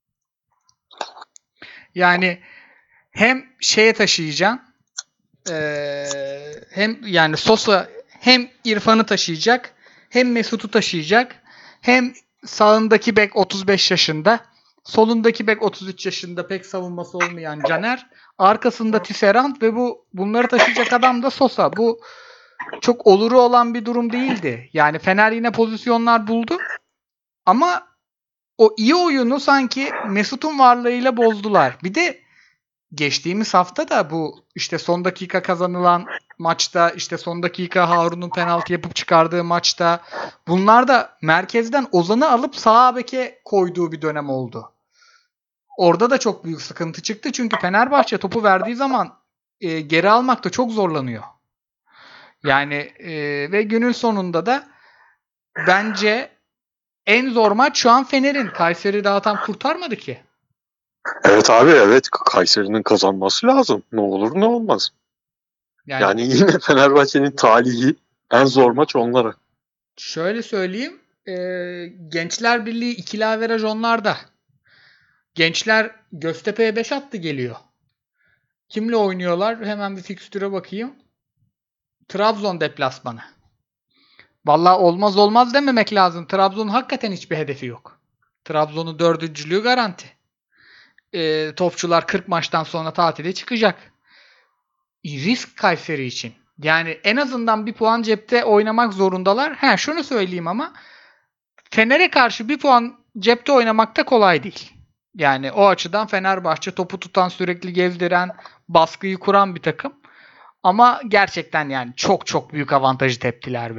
Yani hem şeye taşıyacaksın, ee, hem yani Sosa hem İrfan'ı taşıyacak, hem Mesut'u taşıyacak, hem sağındaki bek otuz beş yaşında, solundaki bek otuz üç yaşında, pek savunması olmayan Caner, arkasında Tisserand ve bu bunları taşıyacak adam da Sosa. Bu çok oluru olan bir durum değildi. Yani Fener yine pozisyonlar buldu ama o iyi oyunu sanki Mesut'un varlığıyla bozdular. Bir de geçtiğimiz hafta da bu işte son dakika kazanılan maçta, işte son dakika Harun'un penaltı yapıp çıkardığı maçta, bunlar da merkezden Ozan'ı alıp sağ beke koyduğu bir dönem oldu. Orada da çok büyük sıkıntı çıktı. Çünkü Fenerbahçe topu verdiği zaman e, geri almakta çok zorlanıyor. Yani e, ve günün sonunda da bence en zor maç şu an Fener'in. Kayseri daha tam kurtarmadı ki. Evet abi, evet, Kayseri'nin kazanması lazım. Ne olur ne olmaz. Yani, yani yine Fenerbahçe'nin talihi en zor maç onlara. Şöyle söyleyeyim. E, Gençler Birliği ikili averaj onlarda. Gençler Göztepe'ye beş attı geliyor. Kimle oynuyorlar? Hemen bir fikstüre bakayım. Trabzon deplasmanı. Vallahi olmaz olmaz dememek lazım. Trabzon'un hakikaten hiçbir hedefi yok. Trabzon'un dördüncülüğü garanti. E, topçular kırk maçtan sonra tatile çıkacak. Risk Kayseri için. Yani en azından bir puan cepte oynamak zorundalar. He, şunu söyleyeyim ama Fener'e karşı bir puan cepte oynamak da kolay değil. Yani o açıdan Fenerbahçe topu tutan, sürekli gezdiren, baskıyı kuran bir takım. Ama gerçekten yani çok çok büyük avantajı teptiler be.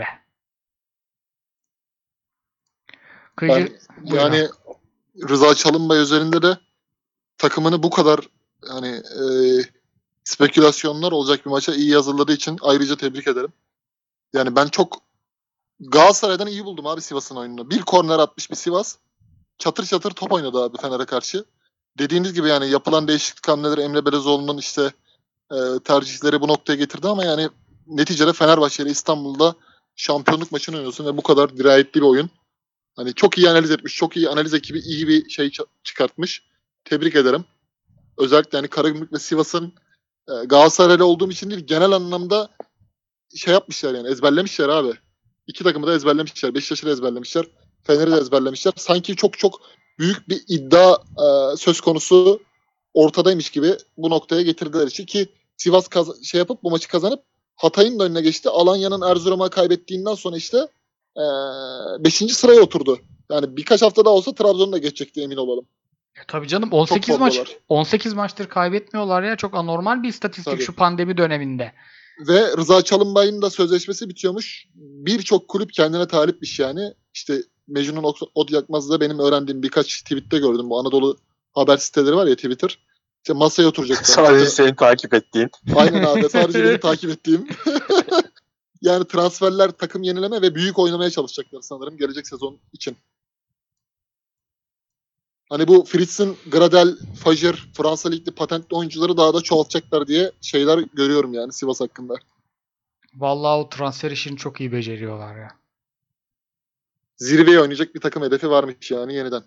Kıyıcı, Ben, yani Rıza Çalınbay üzerinde de takımını bu kadar hani e, spekülasyonlar olacak bir maça iyi hazırladığı için ayrıca tebrik ederim. Yani ben çok Galatasaray'dan iyi buldum abi Sivas'ın oyununu. Bir korner atmış bir Sivas. Çatır çatır top oynadı abi Fener'e karşı. Dediğiniz gibi yani yapılan değişiklik hamleleri Emre Belezoğlu'nun işte e, tercihleri bu noktaya getirdi ama yani neticede Fenerbahçe ile İstanbul'da şampiyonluk maçını oynuyorsun ve bu kadar dirayetli bir oyun. Hani çok iyi analiz etmiş, çok iyi analiz ekibi iyi bir şey çıkartmış. Tebrik ederim. Özellikle yani Karagümrük ve Sivas'ın e, Galatasaray'la olduğum için değil, genel anlamda şey yapmışlar yani, ezberlemişler abi. İki takımı da ezberlemişler. Beşiktaş'ı da ezberlemişler. Fener'i de ezberlemişler. Sanki çok çok büyük bir iddia e, söz konusu ortadaymış gibi bu noktaya getirdiler için ki Sivas kaz- şey yapıp bu maçı kazanıp Hatay'ın da önüne geçti. Alanya'nın Erzurum'a kaybettiğinden sonra işte e, beşinci sıraya oturdu. Yani birkaç hafta daha olsa Trabzon'u da geçecekti, emin olalım. E, tabii canım on sekiz maç on sekiz maçtır kaybetmiyorlar ya. Çok anormal bir istatistik tabii. Şu pandemi döneminde. Ve Rıza Çalınbay'ın da sözleşmesi bitiyormuş. Birçok kulüp kendine talipmiş yani. İşte Mecnun Ot Yakmaz'da benim öğrendiğim birkaç tweette gördüm. Bu Anadolu haber siteleri var ya, Twitter. İşte masaya oturacaklar. Sadece işte, senin takip ettiğin. Aynen abi, sadece benim takip ettiğim. Yani transferler, takım yenileme ve büyük oynamaya çalışacaklar sanırım gelecek sezon için. Hani bu Fritz'in Gradel, Fajr, Fransa Lig'li patentli oyuncuları daha da çoğaltacaklar diye şeyler görüyorum yani Sivas hakkında. Vallahi o transfer işini çok iyi beceriyorlar ya. Zirveye oynayacak bir takım hedefi varmış yani yeniden.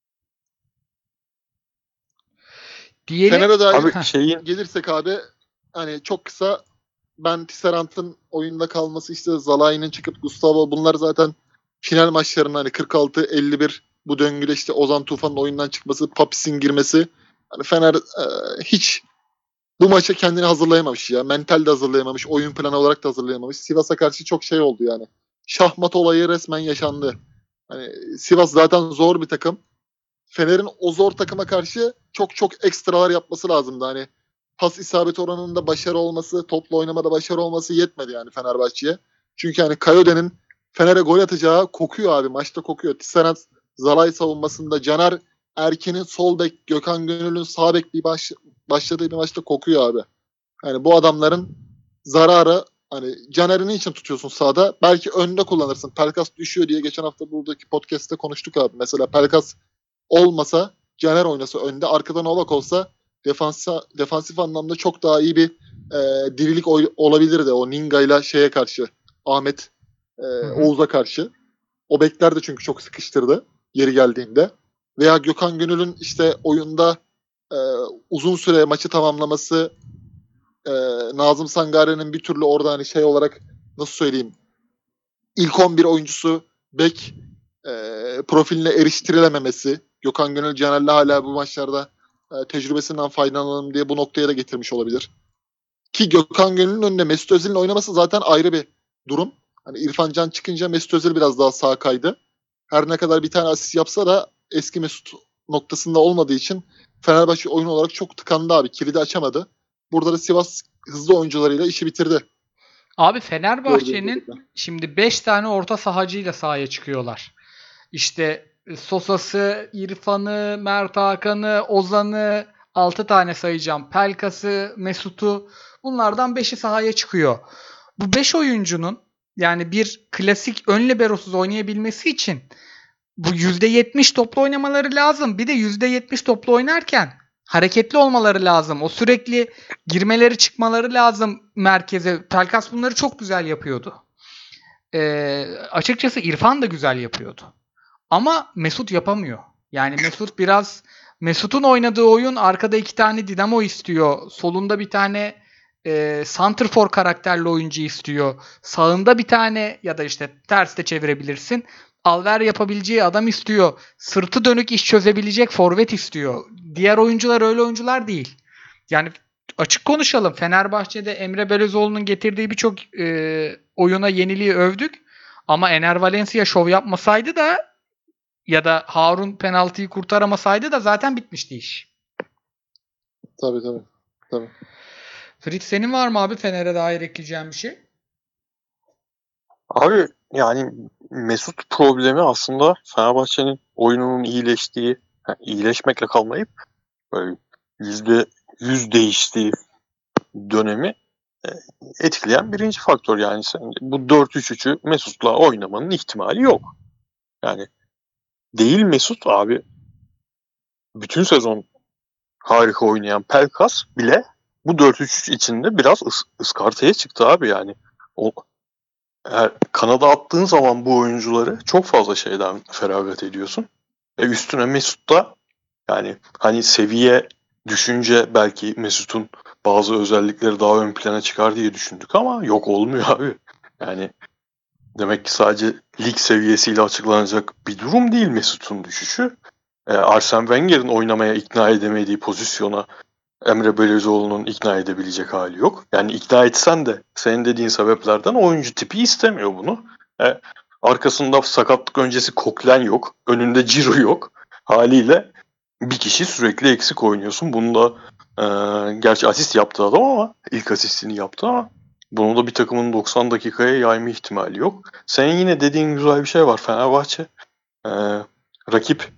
Diyelim. Fener'e dair abi şeyin... gelirsek abi, hani çok kısa, ben Tisserand'ın oyunda kalması, işte Zalai'nin çıkıp Gustavo, bunlar zaten final maçlarında hani kırk altı elli bir bu döngüde işte Ozan Tufan'ın oyundan çıkması, Papis'in girmesi, hani Fener e, hiç bu maça kendini hazırlayamamış ya. Mental de hazırlayamamış, oyun planı olarak da hazırlayamamış. Sivas'a karşı çok şey oldu yani. Şahmat olayı resmen yaşandı. Hani Sivas zaten zor bir takım. Fener'in o zor takıma karşı çok çok ekstralar yapması lazımdı. Hani pas isabet oranında başarı olması, topla oynamada başarı olması yetmedi yani Fenerbahçe'ye. Çünkü hani Kayode'nin Fener'e gol atacağı kokuyor abi. Maçta kokuyor. Tisserand Zalai savunmasında, Caner Erkin'in sol bek, Gökhan Gönül'ün sağ bek bir baş, başladığı bir maçta kokuyor abi. Yani bu adamların zararı, hani Caner'i niçin tutuyorsun sağda? Belki önde kullanırsın. Pelkas düşüyor diye geçen hafta buradaki podcast'te konuştuk abi. Mesela Pelkas olmasa, Caner oynasa önde, arkadan Novak olsa defansa, defansif anlamda çok daha iyi bir e, dirilik oy, olabilirdi o Ninga ile şeye karşı, Ahmet e, Oğuz'a karşı. O bekler de çünkü çok sıkıştırdı yeri geldiğinde. Veya Gökhan Gönül'ün işte oyunda e, uzun süre maçı tamamlaması, e, Nazım Sangare'nin bir türlü orada hani şey olarak nasıl söyleyeyim ilk on bir oyuncusu bek e, profiline eriştirilememesi, Gökhan Gönül Caner'le hala bu maçlarda e, tecrübesinden faydalanalım diye bu noktaya da getirmiş olabilir. Ki Gökhan Gönül'ün önünde Mesut Özil'in oynaması zaten ayrı bir durum. Hani İrfan Can çıkınca Mesut Özil biraz daha sağa kaydı. Her ne kadar bir tane asist yapsa da eski Mesut noktasında olmadığı için Fenerbahçe oyun olarak çok tıkandı abi. Kilidi açamadı. Burada da Sivas hızlı oyuncularıyla işi bitirdi. Abi Fenerbahçe'nin şimdi beş tane orta sahacıyla sahaya çıkıyorlar. İşte Sosa'sı, İrfan'ı, Mert Hakan'ı, Ozan'ı, altı tane sayacağım. Pelkas'ı, Mesut'u, bunlardan beşi sahaya çıkıyor. Bu beş oyuncunun yani bir klasik ön liberosuz oynayabilmesi için bu yüzde yetmiş toplu oynamaları lazım. Bir de yüzde yetmiş toplu oynarken hareketli olmaları lazım. O sürekli girmeleri çıkmaları lazım merkeze. Pelkas bunları çok güzel yapıyordu. Ee, açıkçası İrfan da güzel yapıyordu. Ama Mesut yapamıyor. Yani Mesut biraz Mesut'un oynadığı oyun arkada iki tane dinamo istiyor. Solunda bir tane e, santrfor karakterli oyuncu istiyor. Sağında bir tane ya da işte ters de çevirebilirsin. Alver yapabileceği adam istiyor. Sırtı dönük iş çözebilecek forvet istiyor. Diğer oyuncular öyle oyuncular değil. Yani açık konuşalım. Fenerbahçe'de Emre Belözoğlu'nun getirdiği birçok e, oyuna yeniliği övdük. Ama Ener Valencia şov yapmasaydı da ya da Harun penaltıyı kurtaramasaydı da zaten bitmişti iş. Tabii tabii. tabii. Fritz senin var mı abi Fener'e dair ekleyeceğin bir şey? Abi yani Mesut problemi aslında Fenerbahçe'nin oyununun iyileştiği, yani iyileşmekle kalmayıp böyle yüzde yüz değiştiği dönemi e, etkileyen birinci faktör. Yani sen bu dört üç üçü Mesut'la oynamanın ihtimali yok. Yani değil Mesut abi, bütün sezon harika oynayan Pelkas bile bu dört üç üç içinde biraz ıs- ıskartaya çıktı abi yani. O eğer kanada attığın zaman bu oyuncuları çok fazla şeyden feragat ediyorsun. E üstüne Mesut da yani hani seviye düşünce belki Mesut'un bazı özellikleri daha ön plana çıkar diye düşündük ama yok, olmuyor abi. Yani demek ki sadece lig seviyesiyle açıklanacak bir durum değil Mesut'un düşüşü. E, Arsene Wenger'in oynamaya ikna edemediği pozisyona Emre Belözoğlu'nun ikna edebilecek hali yok. Yani ikna etsen de senin dediğin sebeplerden oyuncu tipi istemiyor bunu. E, arkasında sakatlık öncesi Coquelin yok. Önünde Ciro yok. Haliyle bir kişi sürekli eksik oynuyorsun. Bunu da e, gerçi asist yaptı adam ama ilk asistini yaptı ama bunu da bir takımın doksan dakikaya yayma ihtimali yok. Senin yine dediğin güzel bir şey var. Fenerbahçe e, rakip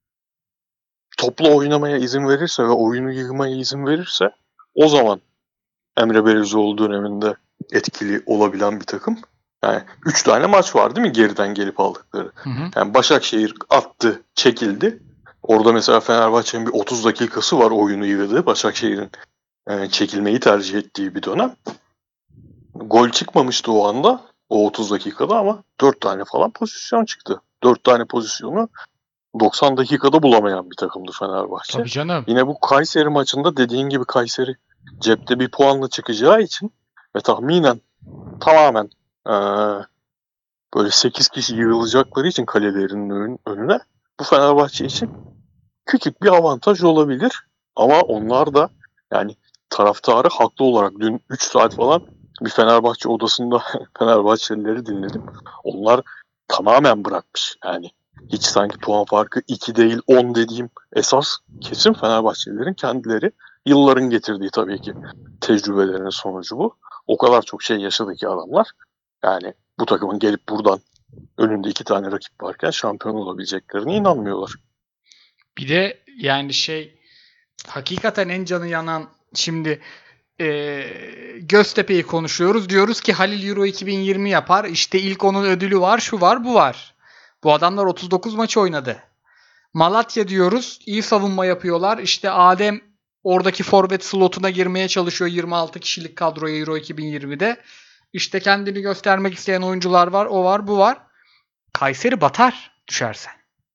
toplu oynamaya izin verirse ve oyunu yığmaya izin verirse o zaman Emre Belözoğlu döneminde etkili olabilen bir takım. Yani üç tane maç var değil mi geriden gelip aldıkları? Hı hı. Yani Başakşehir attı, çekildi. Orada mesela Fenerbahçe'nin bir otuz dakikası var oyunu yığdığı. Başakşehir'in e, çekilmeyi tercih ettiği bir dönem. Gol çıkmamıştı o anda, o otuz dakikada, ama dört tane falan pozisyon çıktı. dört tane pozisyonu doksan dakikada bulamayan bir takımdı Fenerbahçe. Tabii canım. Yine bu Kayseri maçında dediğin gibi Kayseri cepte bir puanla çıkacağı için ve tahminen tamamen ee, böyle sekiz kişi yığılacakları için kalelerinin ön- önüne, bu Fenerbahçe için küçük bir avantaj olabilir. Ama onlar da yani taraftarı haklı olarak dün üç saat falan bir Fenerbahçe odasında Fenerbahçelileri dinledim. Onlar tamamen bırakmış. Yani hiç sanki puan farkı iki değil on dediğim esas kesim Fenerbahçelilerin kendileri, yılların getirdiği tabii ki tecrübelerinin sonucu bu. O kadar çok şey yaşadı ki adamlar. Yani bu takımın gelip buradan önünde iki tane rakip varken şampiyon olabileceklerine inanmıyorlar. Bir de yani şey hakikaten en canı yanan şimdi e, Göztepe'yi konuşuyoruz. Diyoruz ki Halil Euro iki bin yirmi yapar. İşte ilk onun ödülü var, şu var, bu var. Bu adamlar otuz dokuz maç oynadı. Malatya diyoruz. İyi savunma yapıyorlar. İşte Adem oradaki forvet slotuna girmeye çalışıyor yirmi altı kişilik kadroya Euro iki bin yirmide. İşte kendini göstermek isteyen oyuncular var. O var, bu var. Kayseri batar düşerse.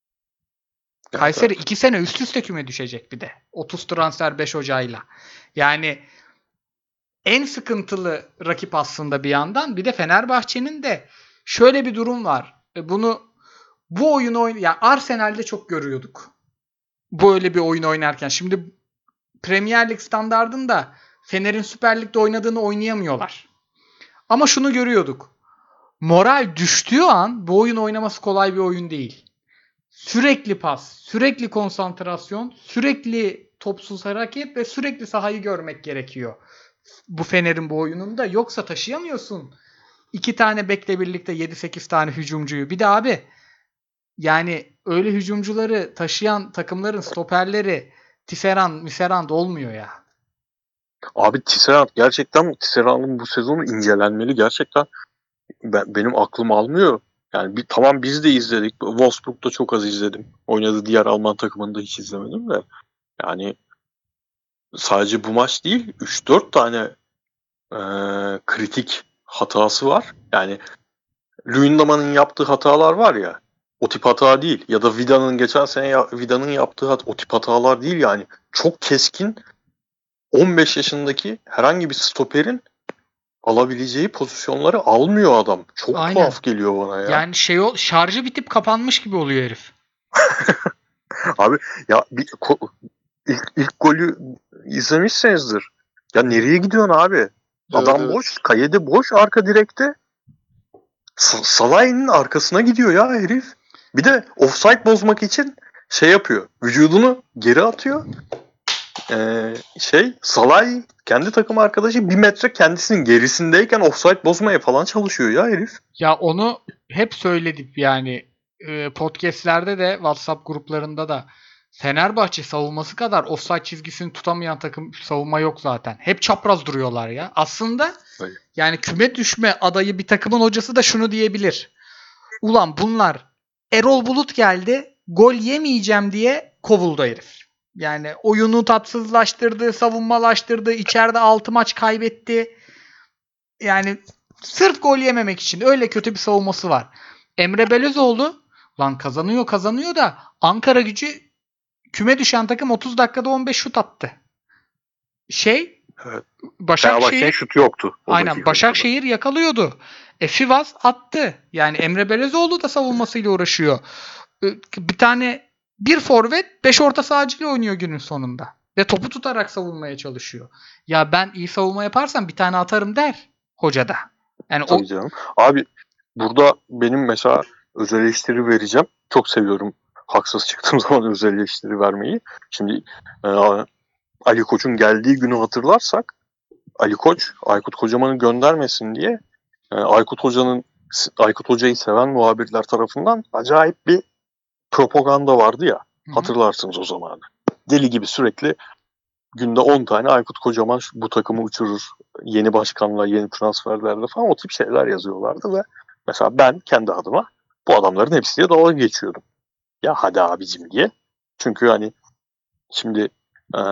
Kayseri iki sene üst üste küme düşecek bir de. otuz transfer beş Ocağı'yla. Yani en sıkıntılı rakip aslında bir yandan. Bir de Fenerbahçe'nin de şöyle bir durum var. Bunu bu oyunu oyn ya Arsenal'de çok görüyorduk. Böyle bir oyun oynarken. Şimdi Premier Lig standardında Fener'in Süper Lig'de oynadığını oynayamıyorlar. Ama şunu görüyorduk. Moral düştüğü an bu oyun oynaması kolay bir oyun değil. Sürekli pas, sürekli konsantrasyon, sürekli topsuz hareket ve sürekli sahayı görmek gerekiyor. Bu Fener'in bu oyununda. Yoksa taşıyamıyorsun. İki tane bekle birlikte yedi sekiz tane hücumcuyu. Bir de abi yani öyle hücumcuları taşıyan takımların stoperleri Tisserand, Misserand olmuyor ya. Abi Tisserand gerçekten Tisserand'ın bu sezonu incelenmeli. Gerçekten ben, benim aklım almıyor. Yani bir, tamam biz de izledik. Wolfsburg'da çok az izledim. Oynadığı diğer Alman takımını da hiç izlemedim de. Yani sadece bu maç değil üç dört tane e, kritik hatası var. Yani Luyendama'nın yaptığı hatalar var ya, o tip hata değil. Ya da Vida'nın geçen sene ya, Vida'nın yaptığı hat, o tip hatalar değil yani. Çok keskin on beş yaşındaki herhangi bir stoperin alabileceği pozisyonları almıyor adam. Çok Aynen. tuhaf geliyor bana ya. Yani şey o şarjı bitip kapanmış gibi oluyor herif. Abi ya bir, ko, ilk, ilk golü izlemişsinizdir. Ya nereye gidiyorsun abi? Evet, Adam evet. boş, Kayede boş arka direkte. S- Salah'ın arkasına gidiyor ya herif. Bir de offside bozmak için şey yapıyor. Vücudunu geri atıyor. Ee, şey Salah kendi takım arkadaşı bir metre kendisinin gerisindeyken offside bozmaya falan çalışıyor ya herif. Ya onu hep söyledik yani e, podcastlerde de WhatsApp gruplarında da Fenerbahçe savunması kadar offside çizgisini tutamayan takım savunma yok zaten. Hep çapraz duruyorlar ya. Aslında Hayır. yani küme düşme adayı bir takımın hocası da şunu diyebilir. Ulan bunlar Erol Bulut geldi gol yemeyeceğim diye kovuldu herif. Yani oyunu tatsızlaştırdı, savunmalaştırdı, içeride altı maç kaybetti. Yani sırf gol yememek için öyle kötü bir savunması var. Emre Belözoğlu lan kazanıyor kazanıyor da Ankara Gücü küme düşen takım otuz dakikada on beş şut attı. Şey Evet. Başakşehir Fenerbahçe'nin şutu yoktu. aynen Başakşehir yakalıyordu. E, Fivas attı. Yani Emre Belözoğlu da savunmasıyla uğraşıyor. Bir tane bir forvet beş orta sahacıyla oynuyor günün sonunda. Ve topu tutarak savunmaya çalışıyor. Ya ben iyi savunma yaparsam bir tane atarım der hoca da. Yani Tabii o canım. Abi burada benim mesela özel eleştiri vereceğim. Çok seviyorum haksız çıktığım zaman özel eleştiri vermeyi. Şimdi e, Ali Koç'un geldiği günü hatırlarsak Ali Koç Aykut Kocaman'ı göndermesin diye e, Aykut Hoca'nın Aykut Hoca'yı seven muhabirler tarafından acayip bir propaganda vardı ya. Hı hı. Hatırlarsınız o zamanı. Deli gibi sürekli günde on tane Aykut Kocaman bu takımı uçurur. Yeni başkanla, yeni transferlerle falan o tip şeyler yazıyorlardı ve mesela ben kendi adıma bu adamların hepsiyle dalga geçiyordum. Ya hadi abicim diye. Çünkü hani şimdi ee,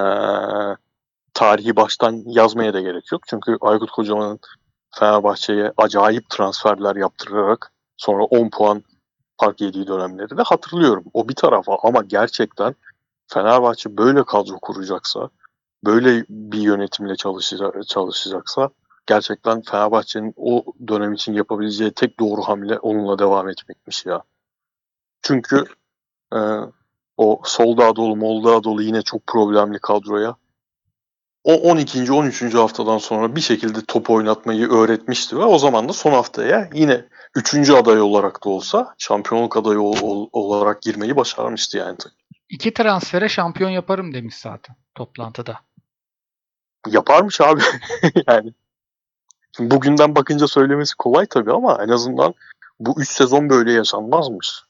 tarihi baştan yazmaya da gerek yok. Çünkü Aykut Kocaman'ın Fenerbahçe'ye acayip transferler yaptırarak sonra on puan fark yediği dönemleri de hatırlıyorum. O bir tarafa ama gerçekten Fenerbahçe böyle kadro kuracaksa, böyle bir yönetimle çalışacak, çalışacaksa gerçekten Fenerbahçe'nin o dönem için yapabileceği tek doğru hamle onunla devam etmekmiş ya. Çünkü e, o solda dolu, molda dolu yine çok problemli kadroya o on ikinci on üçüncü haftadan sonra bir şekilde top oynatmayı öğretmişti ve o zaman da son haftaya yine üçüncü aday olarak da olsa şampiyonluk adayı ol, ol, olarak girmeyi başarmıştı yani. İki transfere şampiyon yaparım demiş zaten toplantıda. Yaparmış abi. Yani şimdi bugünden bakınca söylemesi kolay tabii ama en azından bu üç sezon böyle yaşanmazmış.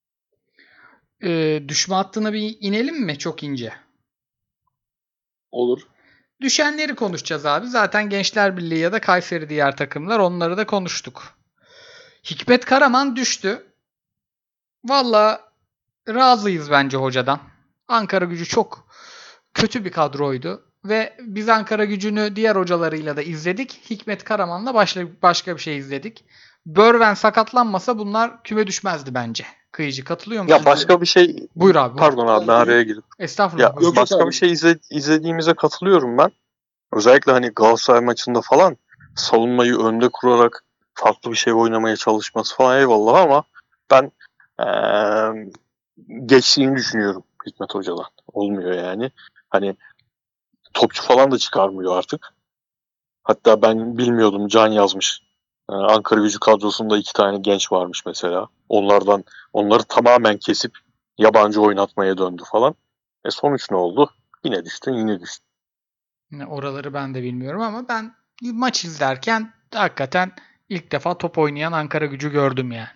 Ee, düşme hattına bir inelim mi? Çok ince. Olur. Düşenleri konuşacağız abi. Zaten Gençler Birliği ya da Kayseri diğer takımlar onları da konuştuk. Hikmet Karaman düştü. Valla razıyız bence hocadan. Ankara Gücü çok kötü bir kadroydu. Ve biz Ankara Gücü'nü diğer hocalarıyla da izledik. Hikmet Karaman'la başka, başka bir şey izledik. Börven sakatlanmasa bunlar küme düşmezdi bence. Kıyıcı katılıyor musun? Ya başka bir şey... Buyur abi. Pardon abi ben araya girip. Estağfurullah. Ya buyur. Yok, başka abi. bir şey izle, izlediğimize katılıyorum ben. Özellikle hani Galatasaray maçında falan savunmayı önde kurarak farklı bir şey oynamaya çalışması falan eyvallah ama ben ee, geçtiğini düşünüyorum Hikmet Hoca'dan. Olmuyor yani. Hani topçu falan da çıkarmıyor artık. Hatta ben bilmiyordum, Can yazmış. Ee, Ankara Gücü kadrosunda iki tane genç varmış mesela. Onlardan onları tamamen kesip yabancı oynatmaya döndü falan. E sonuç ne oldu? Yine düştün, yine düştün. Yani oraları ben de bilmiyorum ama ben maç izlerken hakikaten ilk defa top oynayan Ankara Gücü gördüm yani.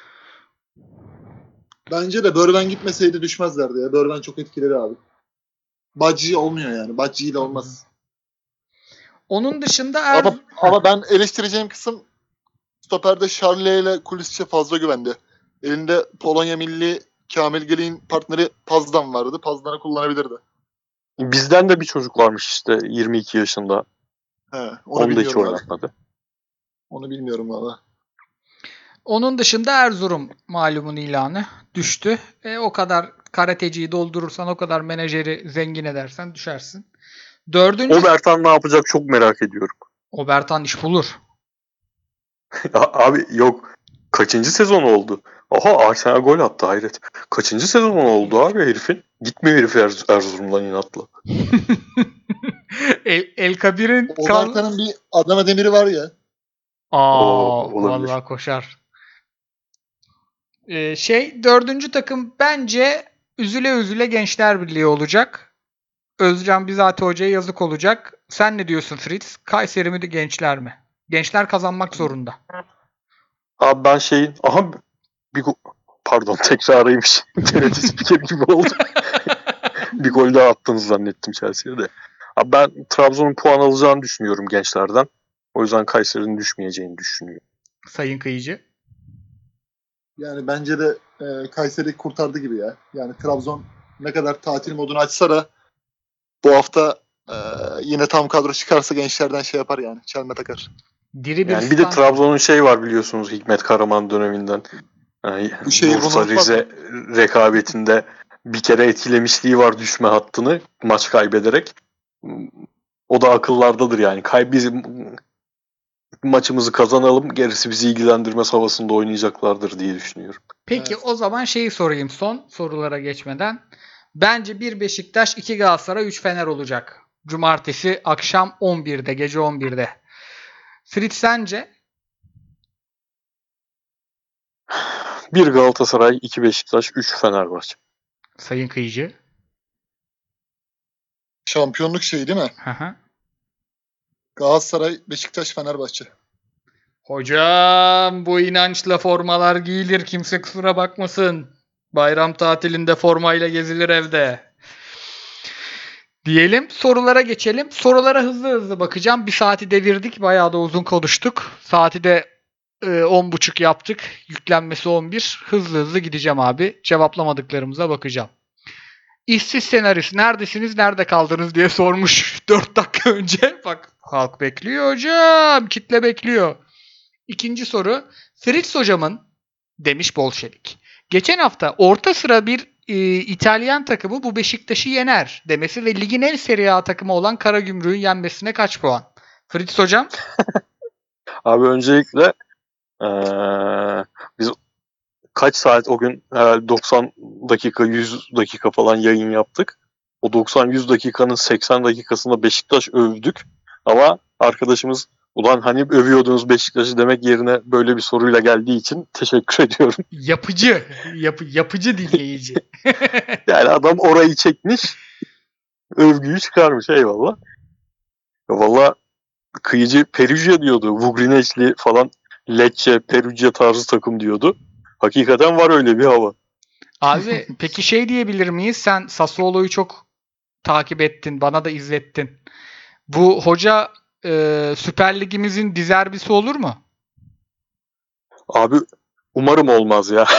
Bence de Börven gitmeseydi düşmezlerdi ya. Börven çok etkili abi. Bacı olmuyor yani. Bacı ile olmaz. Onun dışında er... Ama, ama ben eleştireceğim kısım stoperde Charlie ile Kulisic'e fazla güvendi. Elinde Polonya milli Kamil Gelik'in partneri Pazdan vardı. Pazdan'ı kullanabilirdi. Bizden de bir çocuk varmış işte yirmi iki yaşında. He, onu, Onu da hiç bilmiyorum abi. oynatmadı. Onu bilmiyorum valla. Onun dışında Erzurum malumun ilanı düştü. E, o kadar karateciyi doldurursan, o kadar menajeri zengin edersen düşersin. Dördüncü... Obertan ne yapacak çok merak ediyorum. Obertan iş bulur. Abi yok. Kaçıncı sezon oldu? Aha Arsenal gol attı hayret. Kaçıncı sezon oldu abi herifin? Gitmiyor herif Er- Erzurum'dan inatla. El, El Kabir'in... Obertan'ın bir Adana Demiri var ya. Aa, Oo, olabilir. vallahi koşar. Ee, şey dördüncü takım bence üzüle üzüle Gençler Birliği olacak. Özcan Bizati Hoca'ya yazık olacak. Sen ne diyorsun Fritz? Kayseri mi de Gençler mi? Gençler kazanmak zorunda. Abi ben şeyin... Aha bir go- Pardon tekrarıymış. T R T spiker gibi oldu. Bir gol daha attınız zannettim Chelsea'ye de. Abi ben Trabzon'un puan alacağını düşünüyorum gençlerden. O yüzden Kayseri'nin düşmeyeceğini düşünüyorum. Sayın Kıyıcı. Yani bence de e, Kayseri kurtardı gibi ya. Yani Trabzon ne kadar tatil modunu açsa da bu hafta e, yine tam kadro çıkarsa gençlerden şey yapar yani. Çelme takar. Diri bir Yani bir de stand- Trabzon'un şey var biliyorsunuz Hikmet Karaman döneminden. Yani Bu şeyi Bursa bunu unutmaz Rize rekabetinde bir kere etkilemişliği var düşme hattını maç kaybederek. O da akıllardadır yani. Kay bizim maçımızı kazanalım, gerisi bizi ilgilendirmez havasında oynayacaklardır diye düşünüyorum. Peki Evet. o zaman şeyi sorayım son sorulara geçmeden. Bence bir Beşiktaş, iki Galatasaray, üç Fener olacak. Cumartesi akşam on birde, gece on birde. Fritz sence? Bir Galatasaray, iki Beşiktaş, üç Fenerbahçe. Sayın Kıyıcı. Şampiyonluk şeyi değil mi? Hı hı. Galatasaray, Beşiktaş, Fenerbahçe. Hocam bu inançla formalar giyilir, kimse kusura bakmasın. Bayram tatilinde formayla gezilir evde. Diyelim sorulara geçelim. Sorulara hızlı hızlı bakacağım. Bir saati devirdik. Bayağı da uzun konuştuk. Saati de e, on buçuk yaptık. Yüklenmesi on bir. Hızlı hızlı gideceğim abi. Cevaplamadıklarımıza bakacağım. İşsiz senarist neredesiniz, nerede kaldınız diye sormuş dört dakika önce. Bak halk bekliyor hocam. Kitle bekliyor. İkinci soru. Fritz hocamın demiş Bolşevik. Geçen hafta orta sıra bir e, İtalyan takımı bu Beşiktaş'ı yener demesi ve ligin en Serie A takımı olan Karagümrük'ün yenmesine kaç puan? Fritz hocam? Abi öncelikle ee, biz kaç saat o gün herhalde doksan dakika, yüz dakika falan yayın yaptık. O doksan yüz dakikanın seksen dakikasında Beşiktaş övdük. Ama arkadaşımız ulan hani övüyordunuz Beşiktaş'ı demek yerine böyle bir soruyla geldiği için teşekkür ediyorum. Yapıcı. Yap, yapıcı dinleyici. Yani adam orayı çekmiş, övgüyü çıkarmış eyvallah. Ya valla Kıyıcı Perugia diyordu. Vugrinecli falan Lecce, Perugia tarzı takım diyordu. Hakikaten var öyle bir hava. Abi peki şey diyebilir miyiz? Sen Sassuolo'yu çok takip ettin. Bana da izlettin. Bu hoca e, Süper Ligimizin dizerbisi olur mu? Abi umarım olmaz ya.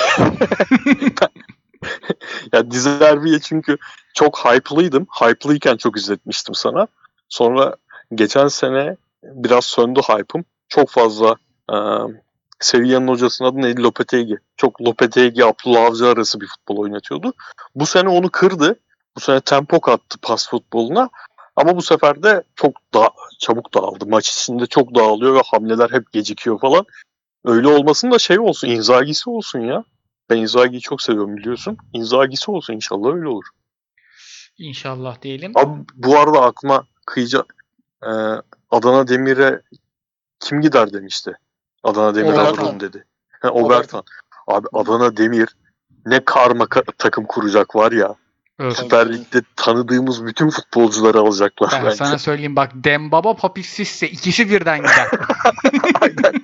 Ya Dizerbi'ye çünkü çok hype'lıydım. Hype'lıyken çok izletmiştim sana. Sonra geçen sene biraz söndü hype'ım. Çok fazla e, Sevilla'nın hocasının adı neydi? Lopetegui. Çok Lopetegui, Abdullah Avcı arası bir futbol oynatıyordu. Bu sene onu kırdı. Bu sene tempo kattı pas futboluna. Ama bu sefer de çok da çabuk dağıldı. Maç içinde çok dağılıyor ve hamleler hep gecikiyor falan. Öyle olmasın da şey olsun, Inzaghi'si olsun ya. Ben Inzaghi'yi çok seviyorum biliyorsun. Inzaghi'si olsun, inşallah öyle olur. İnşallah diyelim. Abi bu arada aklıma kıyıca e, Adana Demir'e kim gider demişti. Adana Demir alırım dedi. He, Obertan. Abi Adana Demir ne karma ka- takım kuracak var ya. Evet. Süper Lig'de tanıdığımız bütün futbolcuları alacaklar Ben bence. sana söyleyeyim bak, Dembaba, Papi Cisse ikisi birden gider. Aynen.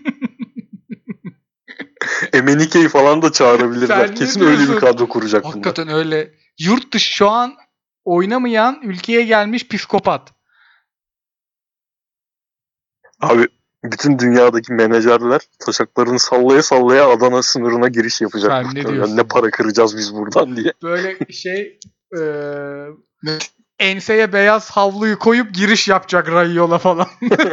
Emenike'yi falan da çağırabilirler. Sen Kesin ne öyle diyorsun? bir kadro kuracak bunlar. Hakikaten öyle. Yurt dışı şu an oynamayan, ülkeye gelmiş psikopat. Abi bütün dünyadaki menajerler taşaklarını sallaya sallaya Adana sınırına giriş yapacak. Sen ne muhtemelen. diyorsun? Ne para kıracağız biz buradan diye. Böyle şey e, enseye beyaz havluyu koyup giriş yapacak Rayola falan.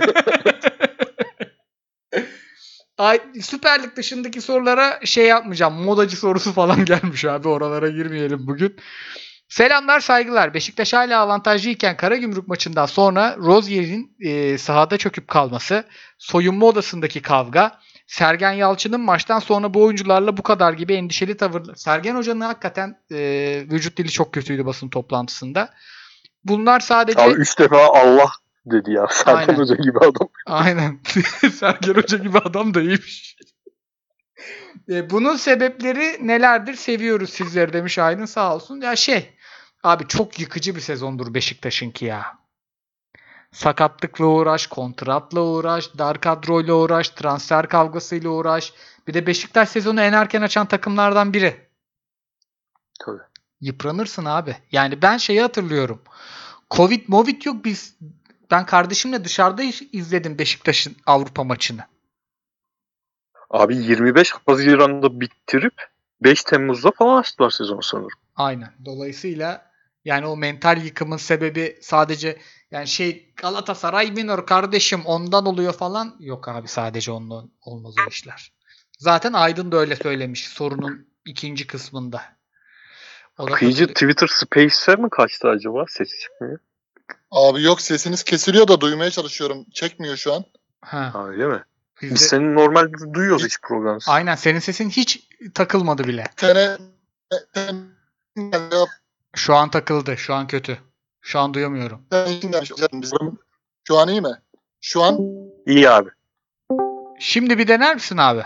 Ay, Süper Lig dışındaki sorulara şey yapmayacağım. Modacı sorusu falan gelmiş abi. Oralara girmeyelim bugün. Selamlar, saygılar. Beşiktaş hala avantajlıyken Karagümrük maçından sonra Rozier'in e, sahada çöküp kalması, soyunma odasındaki kavga, Sergen Yalçın'ın maçtan sonra bu oyuncularla bu kadar gibi endişeli tavırlar. Sergen Hoca'nın hakikaten e, vücut dili çok kötüydü basın toplantısında. Bunlar sadece... Abi üç defa Allah dedi ya. Sergen Aynen. Hoca gibi adam. Aynen. Sergen Hoca gibi adam da iyiymiş. E, bunun sebepleri nelerdir? Seviyoruz sizleri demiş Aydın, sağ olsun. Ya şey, abi çok yıkıcı bir sezondur Beşiktaş'ınki ya. Sakatlıkla uğraş, kontratla uğraş, dar kadroyla uğraş, transfer kavgasıyla uğraş. Bir de Beşiktaş sezonu en erken açan takımlardan biri. Tabii. Yıpranırsın abi. Yani ben şeyi hatırlıyorum. Covid, Movid yok biz. Ben kardeşimle dışarıda izledim Beşiktaş'ın Avrupa maçını. Abi yirmi beş Haziran'da bitirip beş Temmuz'da falan açtılar sezonu sanırım. Aynen. Dolayısıyla yani o mental yıkımın sebebi sadece yani şey Galatasaray minor kardeşim ondan oluyor falan. Yok abi, sadece ondan olmaz o işler. Zaten Aydın da öyle söylemiş sorunun ikinci kısmında. O da Kıyıcı katılıyor. Twitter Space'e mi kaçtı acaba? Sesi çıkmıyor. Abi yok, sesiniz kesiliyor da duymaya çalışıyorum. Çekmiyor şu an. Ha. Ha, öyle mi? Biz Biz de- seni normal duyuyoruz hiç programsız. Aynen, senin sesin hiç takılmadı bile. Tene, Şu an takıldı. Şu an kötü. Şu an duyamıyorum. Bizim, şu an iyi mi? Şu an İyi abi. Şimdi bir dener misin abi?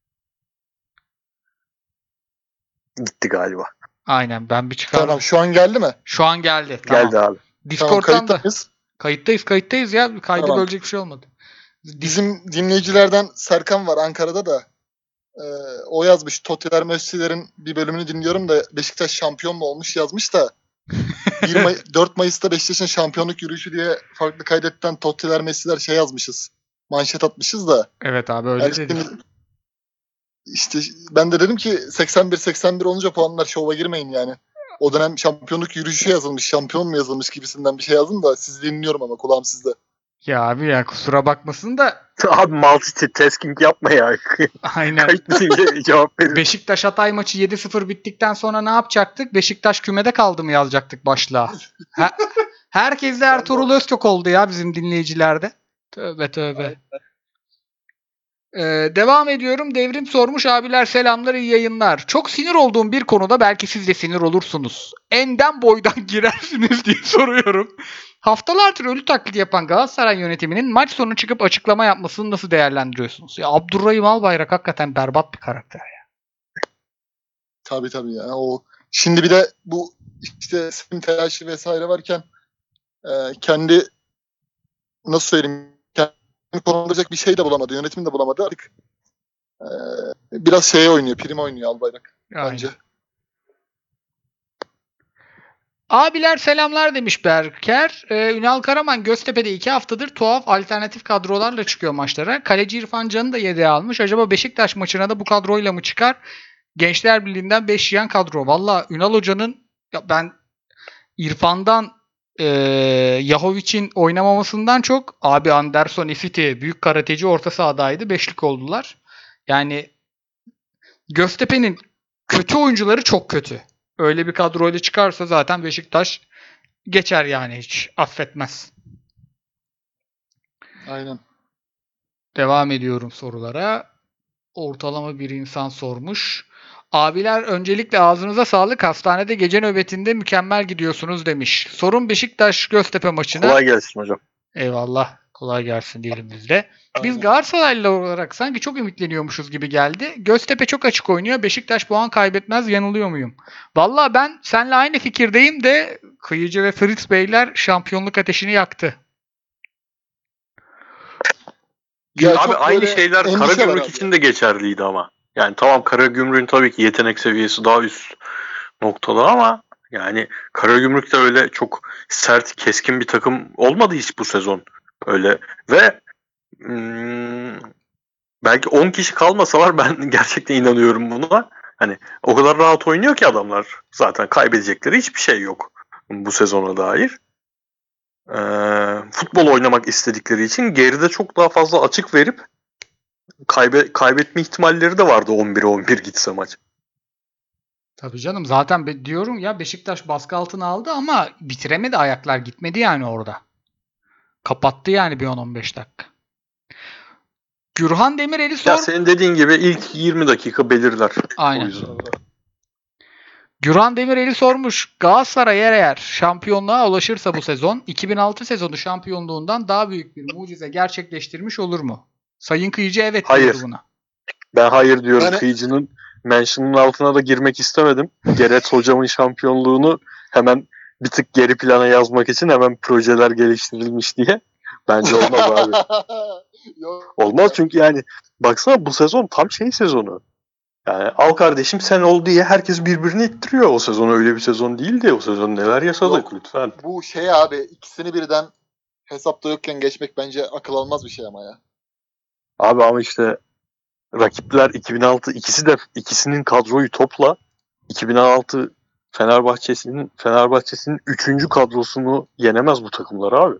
Gitti galiba. Aynen, ben bir çıkardım. tamam, şu an geldi mi? Şu an geldi. Tamam. Geldi abi. Tamam, Discord'dan da. kayıttayız. Kayıttayız kayıttayız ya. Kaydı Tamam. bölecek bir şey olmadı. Bizim dinleyicilerden Serkan var Ankara'da da. Ee, o yazmış. Totiler Mössiler'in bir bölümünü dinliyorum da Beşiktaş şampiyon mu olmuş yazmış da bir May- dört Mayıs'ta Beşiktaş'ın şampiyonluk yürüyüşü diye farklı kaydetten Totiler Messi'ler şey yazmışız. Manşet atmışız da. Evet abi, öyle Yani dedi. şimdi- işte ben de dedim ki seksen bir seksen bir olunca puanlar şova girmeyin yani. O dönem şampiyonluk yürüyüşü yazılmış, şampiyon mu yazılmış gibisinden bir şey yazdım da sizi dinliyorum ama kulağım sizde. Ya abi ya, kusura bakmasın da Abi multitasking yapma ya. aynen. Kayıt bitince cevap verin. Beşiktaş Hatay maçı yedi sıfır bittikten sonra ne yapacaktık? Beşiktaş kümede kaldı mı yazacaktık başlığa. Ha, herkes de Ertuğrul Özkök oldu ya bizim dinleyicilerde. Tövbe tövbe. Ee, devam ediyorum. Devrim sormuş, abiler selamlar, iyi yayınlar. Çok sinir olduğum bir konuda belki siz de sinir olursunuz. Enden boydan girersiniz diye soruyorum. Haftalardır ölü taklidi yapan Galatasaray yönetiminin maç sonu çıkıp açıklama yapmasını nasıl değerlendiriyorsunuz? Ya Abdurrahim Albayrak hakikaten berbat bir karakter ya. Tabii tabii yani o. Şimdi bir de bu işte seçim telaşı vesaire varken e, kendi nasıl söyleyeyim kendi konulacak bir şey de bulamadı. Yönetim de bulamadı. Artık e, biraz şeye oynuyor. Prim oynuyor Albayrak bence. Aynen. Abiler selamlar demiş Berker. Ee, Ünal Karaman Göztepe'de iki haftadır tuhaf alternatif kadrolarla çıkıyor maçlara. Kaleci İrfan Can'ı da yedeğe almış. Acaba Beşiktaş maçına da bu kadroyla mı çıkar? Gençler Birliği'nden beş yiyen kadro. Valla Ünal Hoca'nın ya ben İrfan'dan e, Yahovic'in oynamamasından çok abi Anderson Ifiti büyük karateci orta sahadaydı. Beşlik oldular. Yani Göztepe'nin kötü oyuncuları çok kötü. Öyle bir kadroyla çıkarsa zaten Beşiktaş geçer yani, hiç affetmez. Aynen. Devam ediyorum sorulara. Ortalama bir insan sormuş. Abiler, öncelikle ağzınıza sağlık. Hastanede gece nöbetinde mükemmel gidiyorsunuz demiş. Sorun Beşiktaş Göztepe maçına. Kolay gelsin hocam. Eyvallah. Kolay gelsin diyelim biz de. Biz Aynen. Galatasaraylı olarak sanki çok ümitleniyormuşuz gibi geldi. Göztepe çok açık oynuyor. Beşiktaş puan kaybetmez. Yanılıyor muyum? Vallahi ben seninle aynı fikirdeyim de Kıyıcı ve Fritz Beyler şampiyonluk ateşini yaktı. Ya Abi çok aynı böyle şeyler endişe var Karagümrük abi. için de geçerliydi ama. Yani tamam, Karagümrük'ün tabii ki yetenek seviyesi daha üst noktada ama yani Karagümrük de öyle çok sert, keskin bir takım olmadı hiç bu sezon. Öyle ve hmm, belki on kişi kalmasalar ben gerçekten inanıyorum buna. Hani o kadar rahat oynuyor ki adamlar. Zaten kaybedecekleri hiçbir şey yok bu sezona dair. Ee, futbol oynamak istedikleri için geride çok daha fazla açık verip kaybe, kaybetme ihtimalleri de vardı on bire on bir gitse maç. Tabii canım, zaten be- diyorum ya, Beşiktaş baskı altına aldı ama bitiremedi, ayaklar gitmedi yani orada. Kapattı yani bir on on beş dakika. Gürhan Demirel'i sor. Ya senin dediğin gibi ilk yirmi dakika belirler. Aynen. O yüzden. Gürhan Demirel'i sormuş. Galatasaray eğer şampiyonluğa ulaşırsa bu sezon iki bin altı sezonu şampiyonluğundan daha büyük bir mucize gerçekleştirmiş olur mu? Sayın Kıyıcı evet Hayır. diyordu buna. Ben hayır diyorum. Yani- Kıyıcı'nın mention'ın altına da girmek istemedim. Gerets hocamın şampiyonluğunu hemen bir tık geri plana yazmak için hemen projeler geliştirilmiş diye. Bence olmaz abi. Yok. Olmaz çünkü yani baksana bu sezon tam şey sezonu. Yani al kardeşim sen ol diye herkes birbirini ittiriyor. O sezon öyle bir sezon değildi. O sezon neler yaşadık Yok. lütfen. Bu şey abi, ikisini birden hesapta yokken geçmek bence akıl almaz bir şey ama ya. Abi ama işte rakipler iki bin altı ikisi de ikisinin kadroyu topla. iki bin altı Fenerbahçe'sinin Fenerbahçe'sinin üçüncü kadrosunu yenemez bu takımlar abi.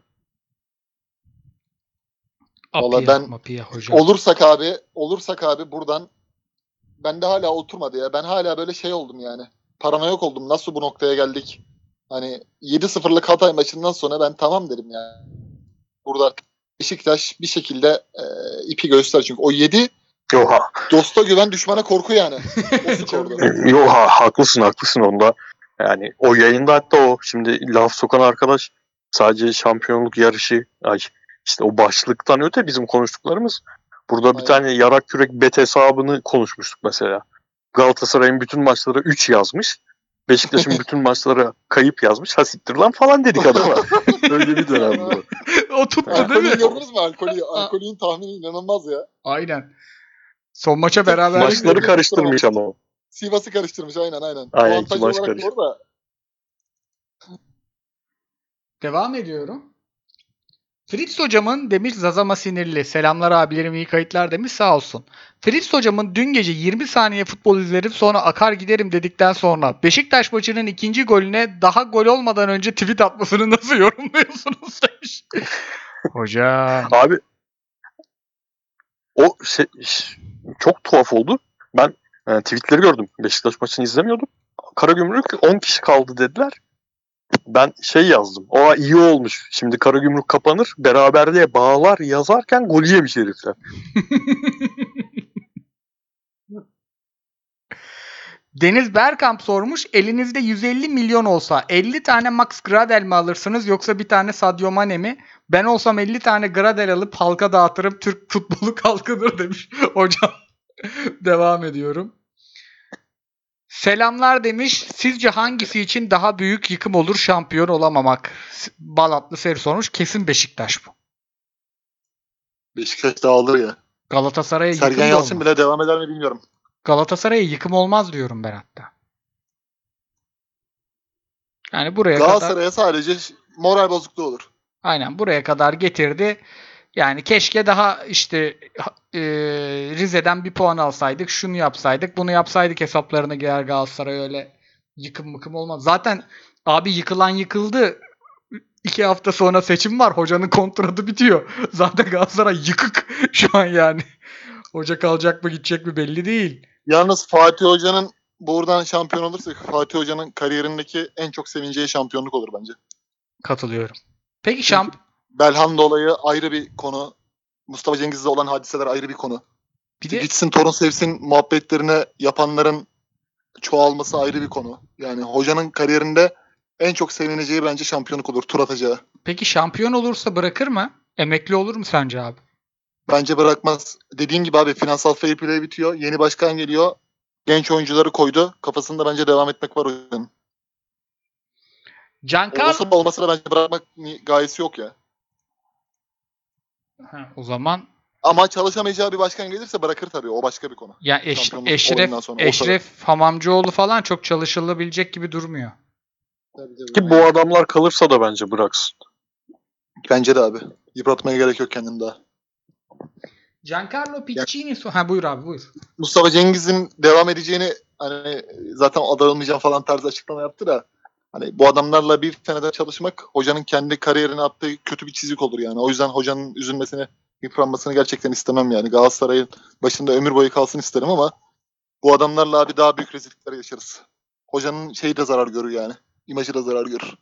Vallahi Apia, ben- Mapia hocam. Olursak abi, olursak abi buradan bende hala oturmadı ya. Ben hala böyle şey oldum yani. Paranoyak oldum. Nasıl bu noktaya geldik? Hani yedi sıfırlık Hatay maçından sonra ben tamam dedim ya. Burada Beşiktaş bir şekilde e, ipi göster. Çünkü o yedi Yo ha, dosta güven, düşmana korku yani. O skorda. yo ha, haklısın haklısın onda. Yani o yayında hatta o şimdi laf sokan arkadaş sadece şampiyonluk yarışı ay işte o başlıktan öte bizim konuştuklarımız. Burada bir Aynen. tane yarak kürek bet hesabını konuşmuştuk mesela. Galatasaray'ın bütün maçlara üç yazmış. Beşiktaş'ın bütün maçlara kayıp yazmış. Ha siktir lan falan dedik adama. Öyle bir dönem bu. O tuttu değil Alkolü mi? gördünüz mü? Alkolü, alkolün tahmini inanılmaz ya. Aynen. Son maça beraber Maçları karıştırmış ama. Sivas'ı karıştırmış aynen aynen. Aynen, Avantaj iki maç olarak karıştı. orada. Devam ediyorum. Fritz hocamın demiş, Zazama sinirli. Selamlar abilerim, iyi kayıtlar demiş, sağ olsun. Fritz hocamın dün gece yirmi saniye futbol izlerim sonra akar giderim dedikten sonra Beşiktaş maçının ikinci golüne daha gol olmadan önce tweet atmasını nasıl yorumluyorsunuz demiş. Hocam. Abi o şey, ş- çok tuhaf oldu. Ben e, tweetleri gördüm. Beşiktaş maçını izlemiyordum. Karagümrük on kişi kaldı dediler. Ben şey yazdım. O iyi olmuş. Şimdi Karagümrük kapanır. Beraberliğe bağlar yazarken gol yemiş herifler. Deniz Berkamp sormuş. Elinizde yüz elli milyon olsa elli tane Max Gradel mi alırsınız yoksa bir tane Sadio Mane mi? Ben olsam elli tane Gradel alıp halka dağıtırım, Türk futbolu kalkınır demiş. Hocam devam ediyorum. Selamlar demiş. Sizce hangisi için daha büyük yıkım olur şampiyon olamamak? Balatlı Seri sormuş. Kesin Beşiktaş bu. Beşiktaş dağılır ya. Galatasaray'a yıkım Sergen da Yalçın olmaz. bile devam eder mi bilmiyorum. Galatasaray'a yıkım olmaz diyorum ben hatta. Yani buraya kadar Galatasaray'a sadece moral bozukluğu olur. aynen buraya kadar getirdi. Yani keşke daha işte e, Rize'den bir puan alsaydık, şunu yapsaydık, bunu yapsaydık hesaplarına girer Galatasaray, öyle yıkım mıkım olmaz. Zaten abi yıkılan yıkıldı. İki hafta sonra seçim var. Hocanın kontratı bitiyor. Zaten Galatasaray yıkık şu an yani. Hoca kalacak mı gidecek mi belli değil. Yalnız Fatih Hoca'nın buradan şampiyon olursa Fatih Hoca'nın kariyerindeki en çok sevineceği şampiyonluk olur bence. Katılıyorum. Peki Çünkü şamp Belhanda olayı ayrı bir konu. Mustafa Cengiz'le olan hadiseler ayrı bir konu. bir İşte de gitsin torun sevsin muhabbetlerini yapanların çoğalması ayrı bir konu. Yani hocanın kariyerinde en çok sevineceği bence şampiyonluk olur. Tur atacağı. peki şampiyon olursa bırakır mı? Emekli olur mu sence abi? Bence bırakmaz. Dediğin gibi abi finansal fair play bitiyor. Yeni başkan geliyor. Genç oyuncuları koydu. Kafasında bence devam etmek var hocanın. Giancarlo Olsa da olmasa da bence bırakmak ni- gayesi yok ya. Ha, o zaman Ama çalışamayacağı bir başkan gelirse bırakır tabii. O başka bir konu. ya Eş- Şampiyonluk Eşref oyundan sonra olsa da. Eşref Hamamcıoğlu falan çok çalışılabilecek gibi durmuyor. Tabii, tabii. Ki bu adamlar kalırsa da bence bıraksın. Bence de abi. Yıpratmaya gerek yok kendini daha. Giancarlo Piccini so- ha buyur abi buyur. Mustafa Cengiz'in devam edeceğini hani zaten adanılmayacağım falan tarzı açıklama yaptı da hani bu adamlarla bir senede çalışmak hocanın kendi kariyerine attığı kötü bir çizik olur yani. O yüzden hocanın üzülmesini, yıpranmasını gerçekten istemem yani. Galatasaray'ın başında ömür boyu kalsın isterim ama bu adamlarla abi daha büyük rezillikler yaşarız. Hocanın şeyi de zarar görür yani. İmajı da zarar görür.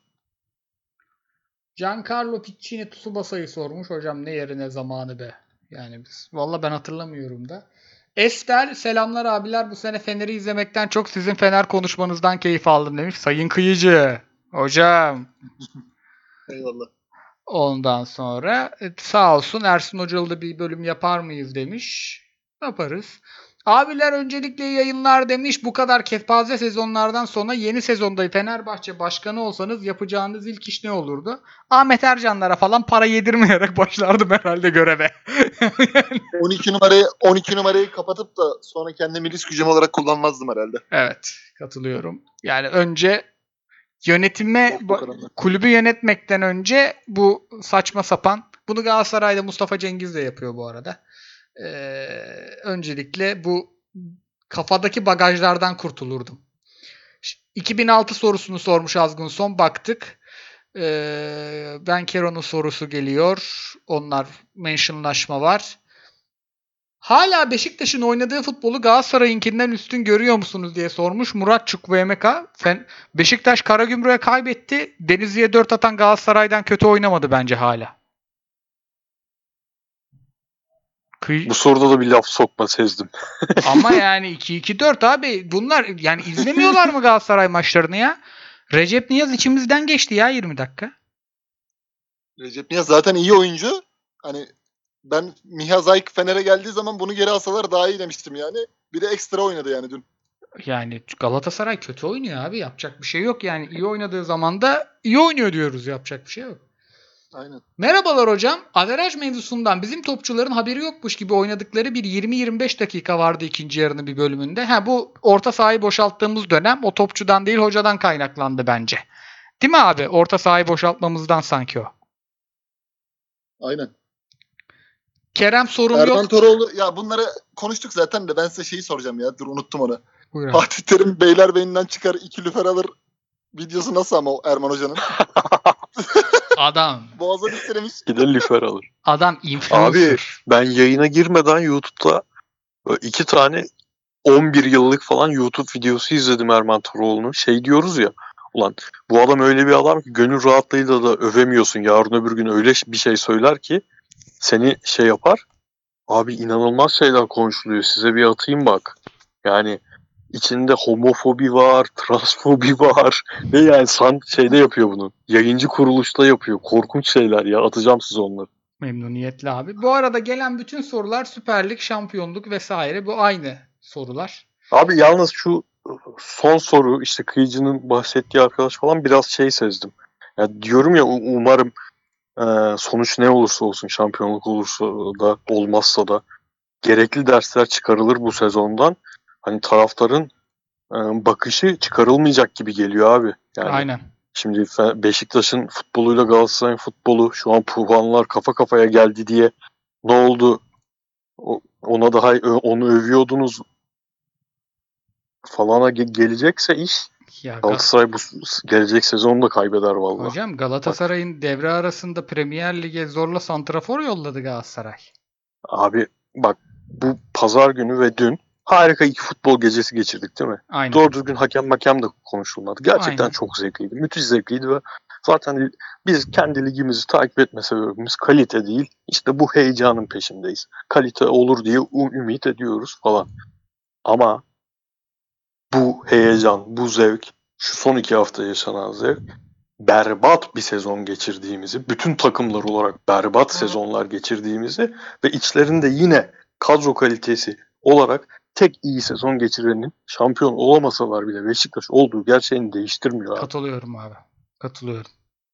Giancarlo Piccini Tsubasa'yı sormuş. Hocam ne yeri ne zamanı be. Yani biz, valla ben hatırlamıyorum da. Ester selamlar abiler. Bu sene Fener'i izlemekten çok sizin Fener konuşmanızdan keyif aldım demiş. Sayın Kıyıcı. Hocam. Eyvallah. Ondan sonra e, sağ olsun Ersin Hocalı da bir bölüm yapar mıyız demiş. Yaparız. Abiler öncelikle iyi yayınlar demiş. Bu kadar kepaze sezonlardan sonra yeni sezonda Fenerbahçe başkanı olsanız yapacağınız ilk iş ne olurdu? Ahmet Ercanlara falan para yedirmeyerek başlardım herhalde göreve. on iki numarayı on iki numarayı kapatıp da sonra kendimi risk gücüm olarak kullanmazdım herhalde. Evet, katılıyorum. Yani önce yönetime Bu kadar. kulübü yönetmekten önce bu saçma sapan, bunu Galatasaray'da Mustafa Cengiz de yapıyor bu arada. Ee, öncelikle bu kafadaki bagajlardan kurtulurdum. iki bin altı sorusunu sormuş Azgun Son. Baktık. Ee, Ben Keron'un sorusu geliyor. Onlar mentionlaşma var. Hala Beşiktaş'ın oynadığı futbolu Galatasaray'ınkinden üstün görüyor musunuz diye sormuş Murat Çuk V M K. Fen- Beşiktaş Karagümrük'e kaybetti. Denizli'ye dört atan Galatasaray'dan kötü oynamadı bence hala. Kıy- Bu soruda da bir laf sokma sezdim. Ama yani iki iki dört abi. Bunlar yani izlemiyorlar mı Galatasaray maçlarını ya? Recep Niyaz içimizden geçti ya yirmi dakika. Recep Niyaz zaten iyi oyuncu. Hani ben Miha Zayk Fener'e geldiği zaman bunu geri alsalar daha iyi demiştim yani. Bir de ekstra oynadı yani dün. Yani Galatasaray kötü oynuyor abi. Yapacak bir şey yok. Yani iyi oynadığı zaman da iyi oynuyor diyoruz. Yapacak bir şey yok. Aynen. Merhabalar hocam. Averaj mevzusundan bizim topçuların haberi yokmuş gibi oynadıkları bir yirmi yirmi beş dakika vardı ikinci yarının bir bölümünde. Ha bu orta sahayı boşalttığımız dönem o topçudan değil hocadan kaynaklandı bence. Değil mi abi? Orta sahayı boşaltmamızdan sanki o. Aynen. Kerem sorun Erman yok. Toroğlu ya bunları konuştuk zaten de ben size şeyi soracağım ya. Dur unuttum onu. Buyur abi. Fatih Terim Beylerbeyi'nden çıkar iki lüfer alır videosu nasıl ama o Erman Hoca'nın? Adam. Boğaza listelemiş. Gider lüfer alır. Adam influencer. Abi ben yayına girmeden YouTube'da böyle iki tane on bir yıllık falan YouTube videosu izledim Erman Toroğlu'nun. Şey diyoruz ya, ulan bu adam öyle bir adam ki gönül rahatlığıyla da övemiyorsun. Yarın öbür gün öyle bir şey söyler ki seni şey yapar. Abi inanılmaz şeyler konuşuluyor. Size bir atayım bak. Yani içinde homofobi var, transfobi var ve yani san şeyde yapıyor bunu. Yayıncı kuruluşta yapıyor. Korkunç şeyler ya. Atacağım size onları. Memnuniyetle abi. Bu arada gelen bütün sorular Süper Lig, şampiyonluk vesaire. Bu aynı sorular. Abi yalnız şu son soru işte Kıyıcı'nın bahsettiği arkadaş falan biraz şey sezdim. Ya diyorum ya umarım e, sonuç ne olursa olsun şampiyonluk olursa da olmazsa da gerekli dersler çıkarılır bu sezondan. Hani taraftarın e, bakışı çıkarılmayacak gibi geliyor abi. Yani Aynen. şimdi Beşiktaş'ın futboluyla Galatasaray'ın futbolu şu an puanlar kafa kafaya geldi diye ne oldu? O, ona daha onu övüyordunuz falana ge- gelecekse iş Ya Ga- Galatasaray bu gelecek sezonu da kaybeder vallahi. Hocam Galatasaray'ın devre arasında Premier Lig'e zorla santrafor yolladı Galatasaray. Abi bak bu pazar günü ve dün harika iki futbol gecesi geçirdik değil mi? Aynen. Doğru düzgün hakem makem de konuşulmadı. Gerçekten Aynen. çok zevkliydi. Müthiş zevkliydi ve zaten biz kendi ligimizi takip etme sebebimiz kalite değil. İşte bu heyecanın peşindeyiz. Kalite olur diye ümit ediyoruz falan. Ama bu heyecan, bu zevk, şu son iki hafta yaşanan zevk, berbat bir sezon geçirdiğimizi, bütün takımlar olarak berbat sezonlar geçirdiğimizi ve içlerinde yine kadro kalitesi olarak tek iyi sezon geçirenin şampiyon olamasalar bile Beşiktaş olduğu gerçeğini değiştirmiyor abi. Katılıyorum abi. Katılıyorum.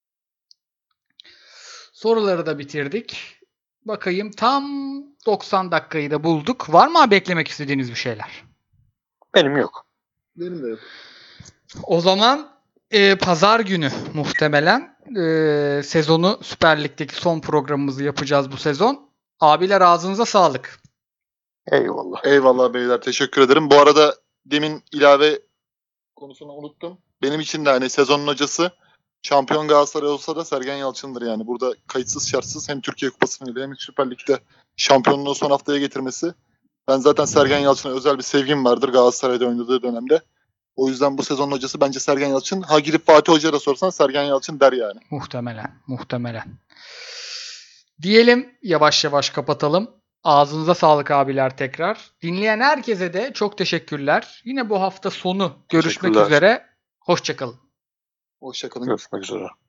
Soruları da bitirdik. Bakayım tam doksan dakikayı da bulduk. Var mı abi eklemek istediğiniz bir şeyler? Benim yok. Benim de yok. O zaman e, pazar günü muhtemelen e, sezonu Süper Lig'deki son programımızı yapacağız bu sezon. Abiler ağzınıza sağlık. Eyvallah. Eyvallah beyler, teşekkür ederim. Bu arada demin ilave konusunu unuttum. Benim için de hani sezonun hocası şampiyon Galatasaray olsa da Sergen Yalçın'dır yani. Burada kayıtsız şartsız hem Türkiye Kupası finali hem Süper Lig'de şampiyonluğu son haftaya getirmesi. Ben zaten Sergen Yalçın'a özel bir sevgim vardır Galatasaray'da oynadığı dönemde. O yüzden bu sezonun hocası bence Sergen Yalçın. Ha girip Fatih Hoca'ya da sorsan Sergen Yalçın der yani. Muhtemelen. Muhtemelen. Diyelim yavaş yavaş kapatalım. Ağzınıza sağlık abiler tekrar. Dinleyen herkese de çok teşekkürler. Yine bu hafta sonu görüşmek Teşekkürler. üzere. Hoşça kalın. Hoşçakalın. Görüşmek üzere.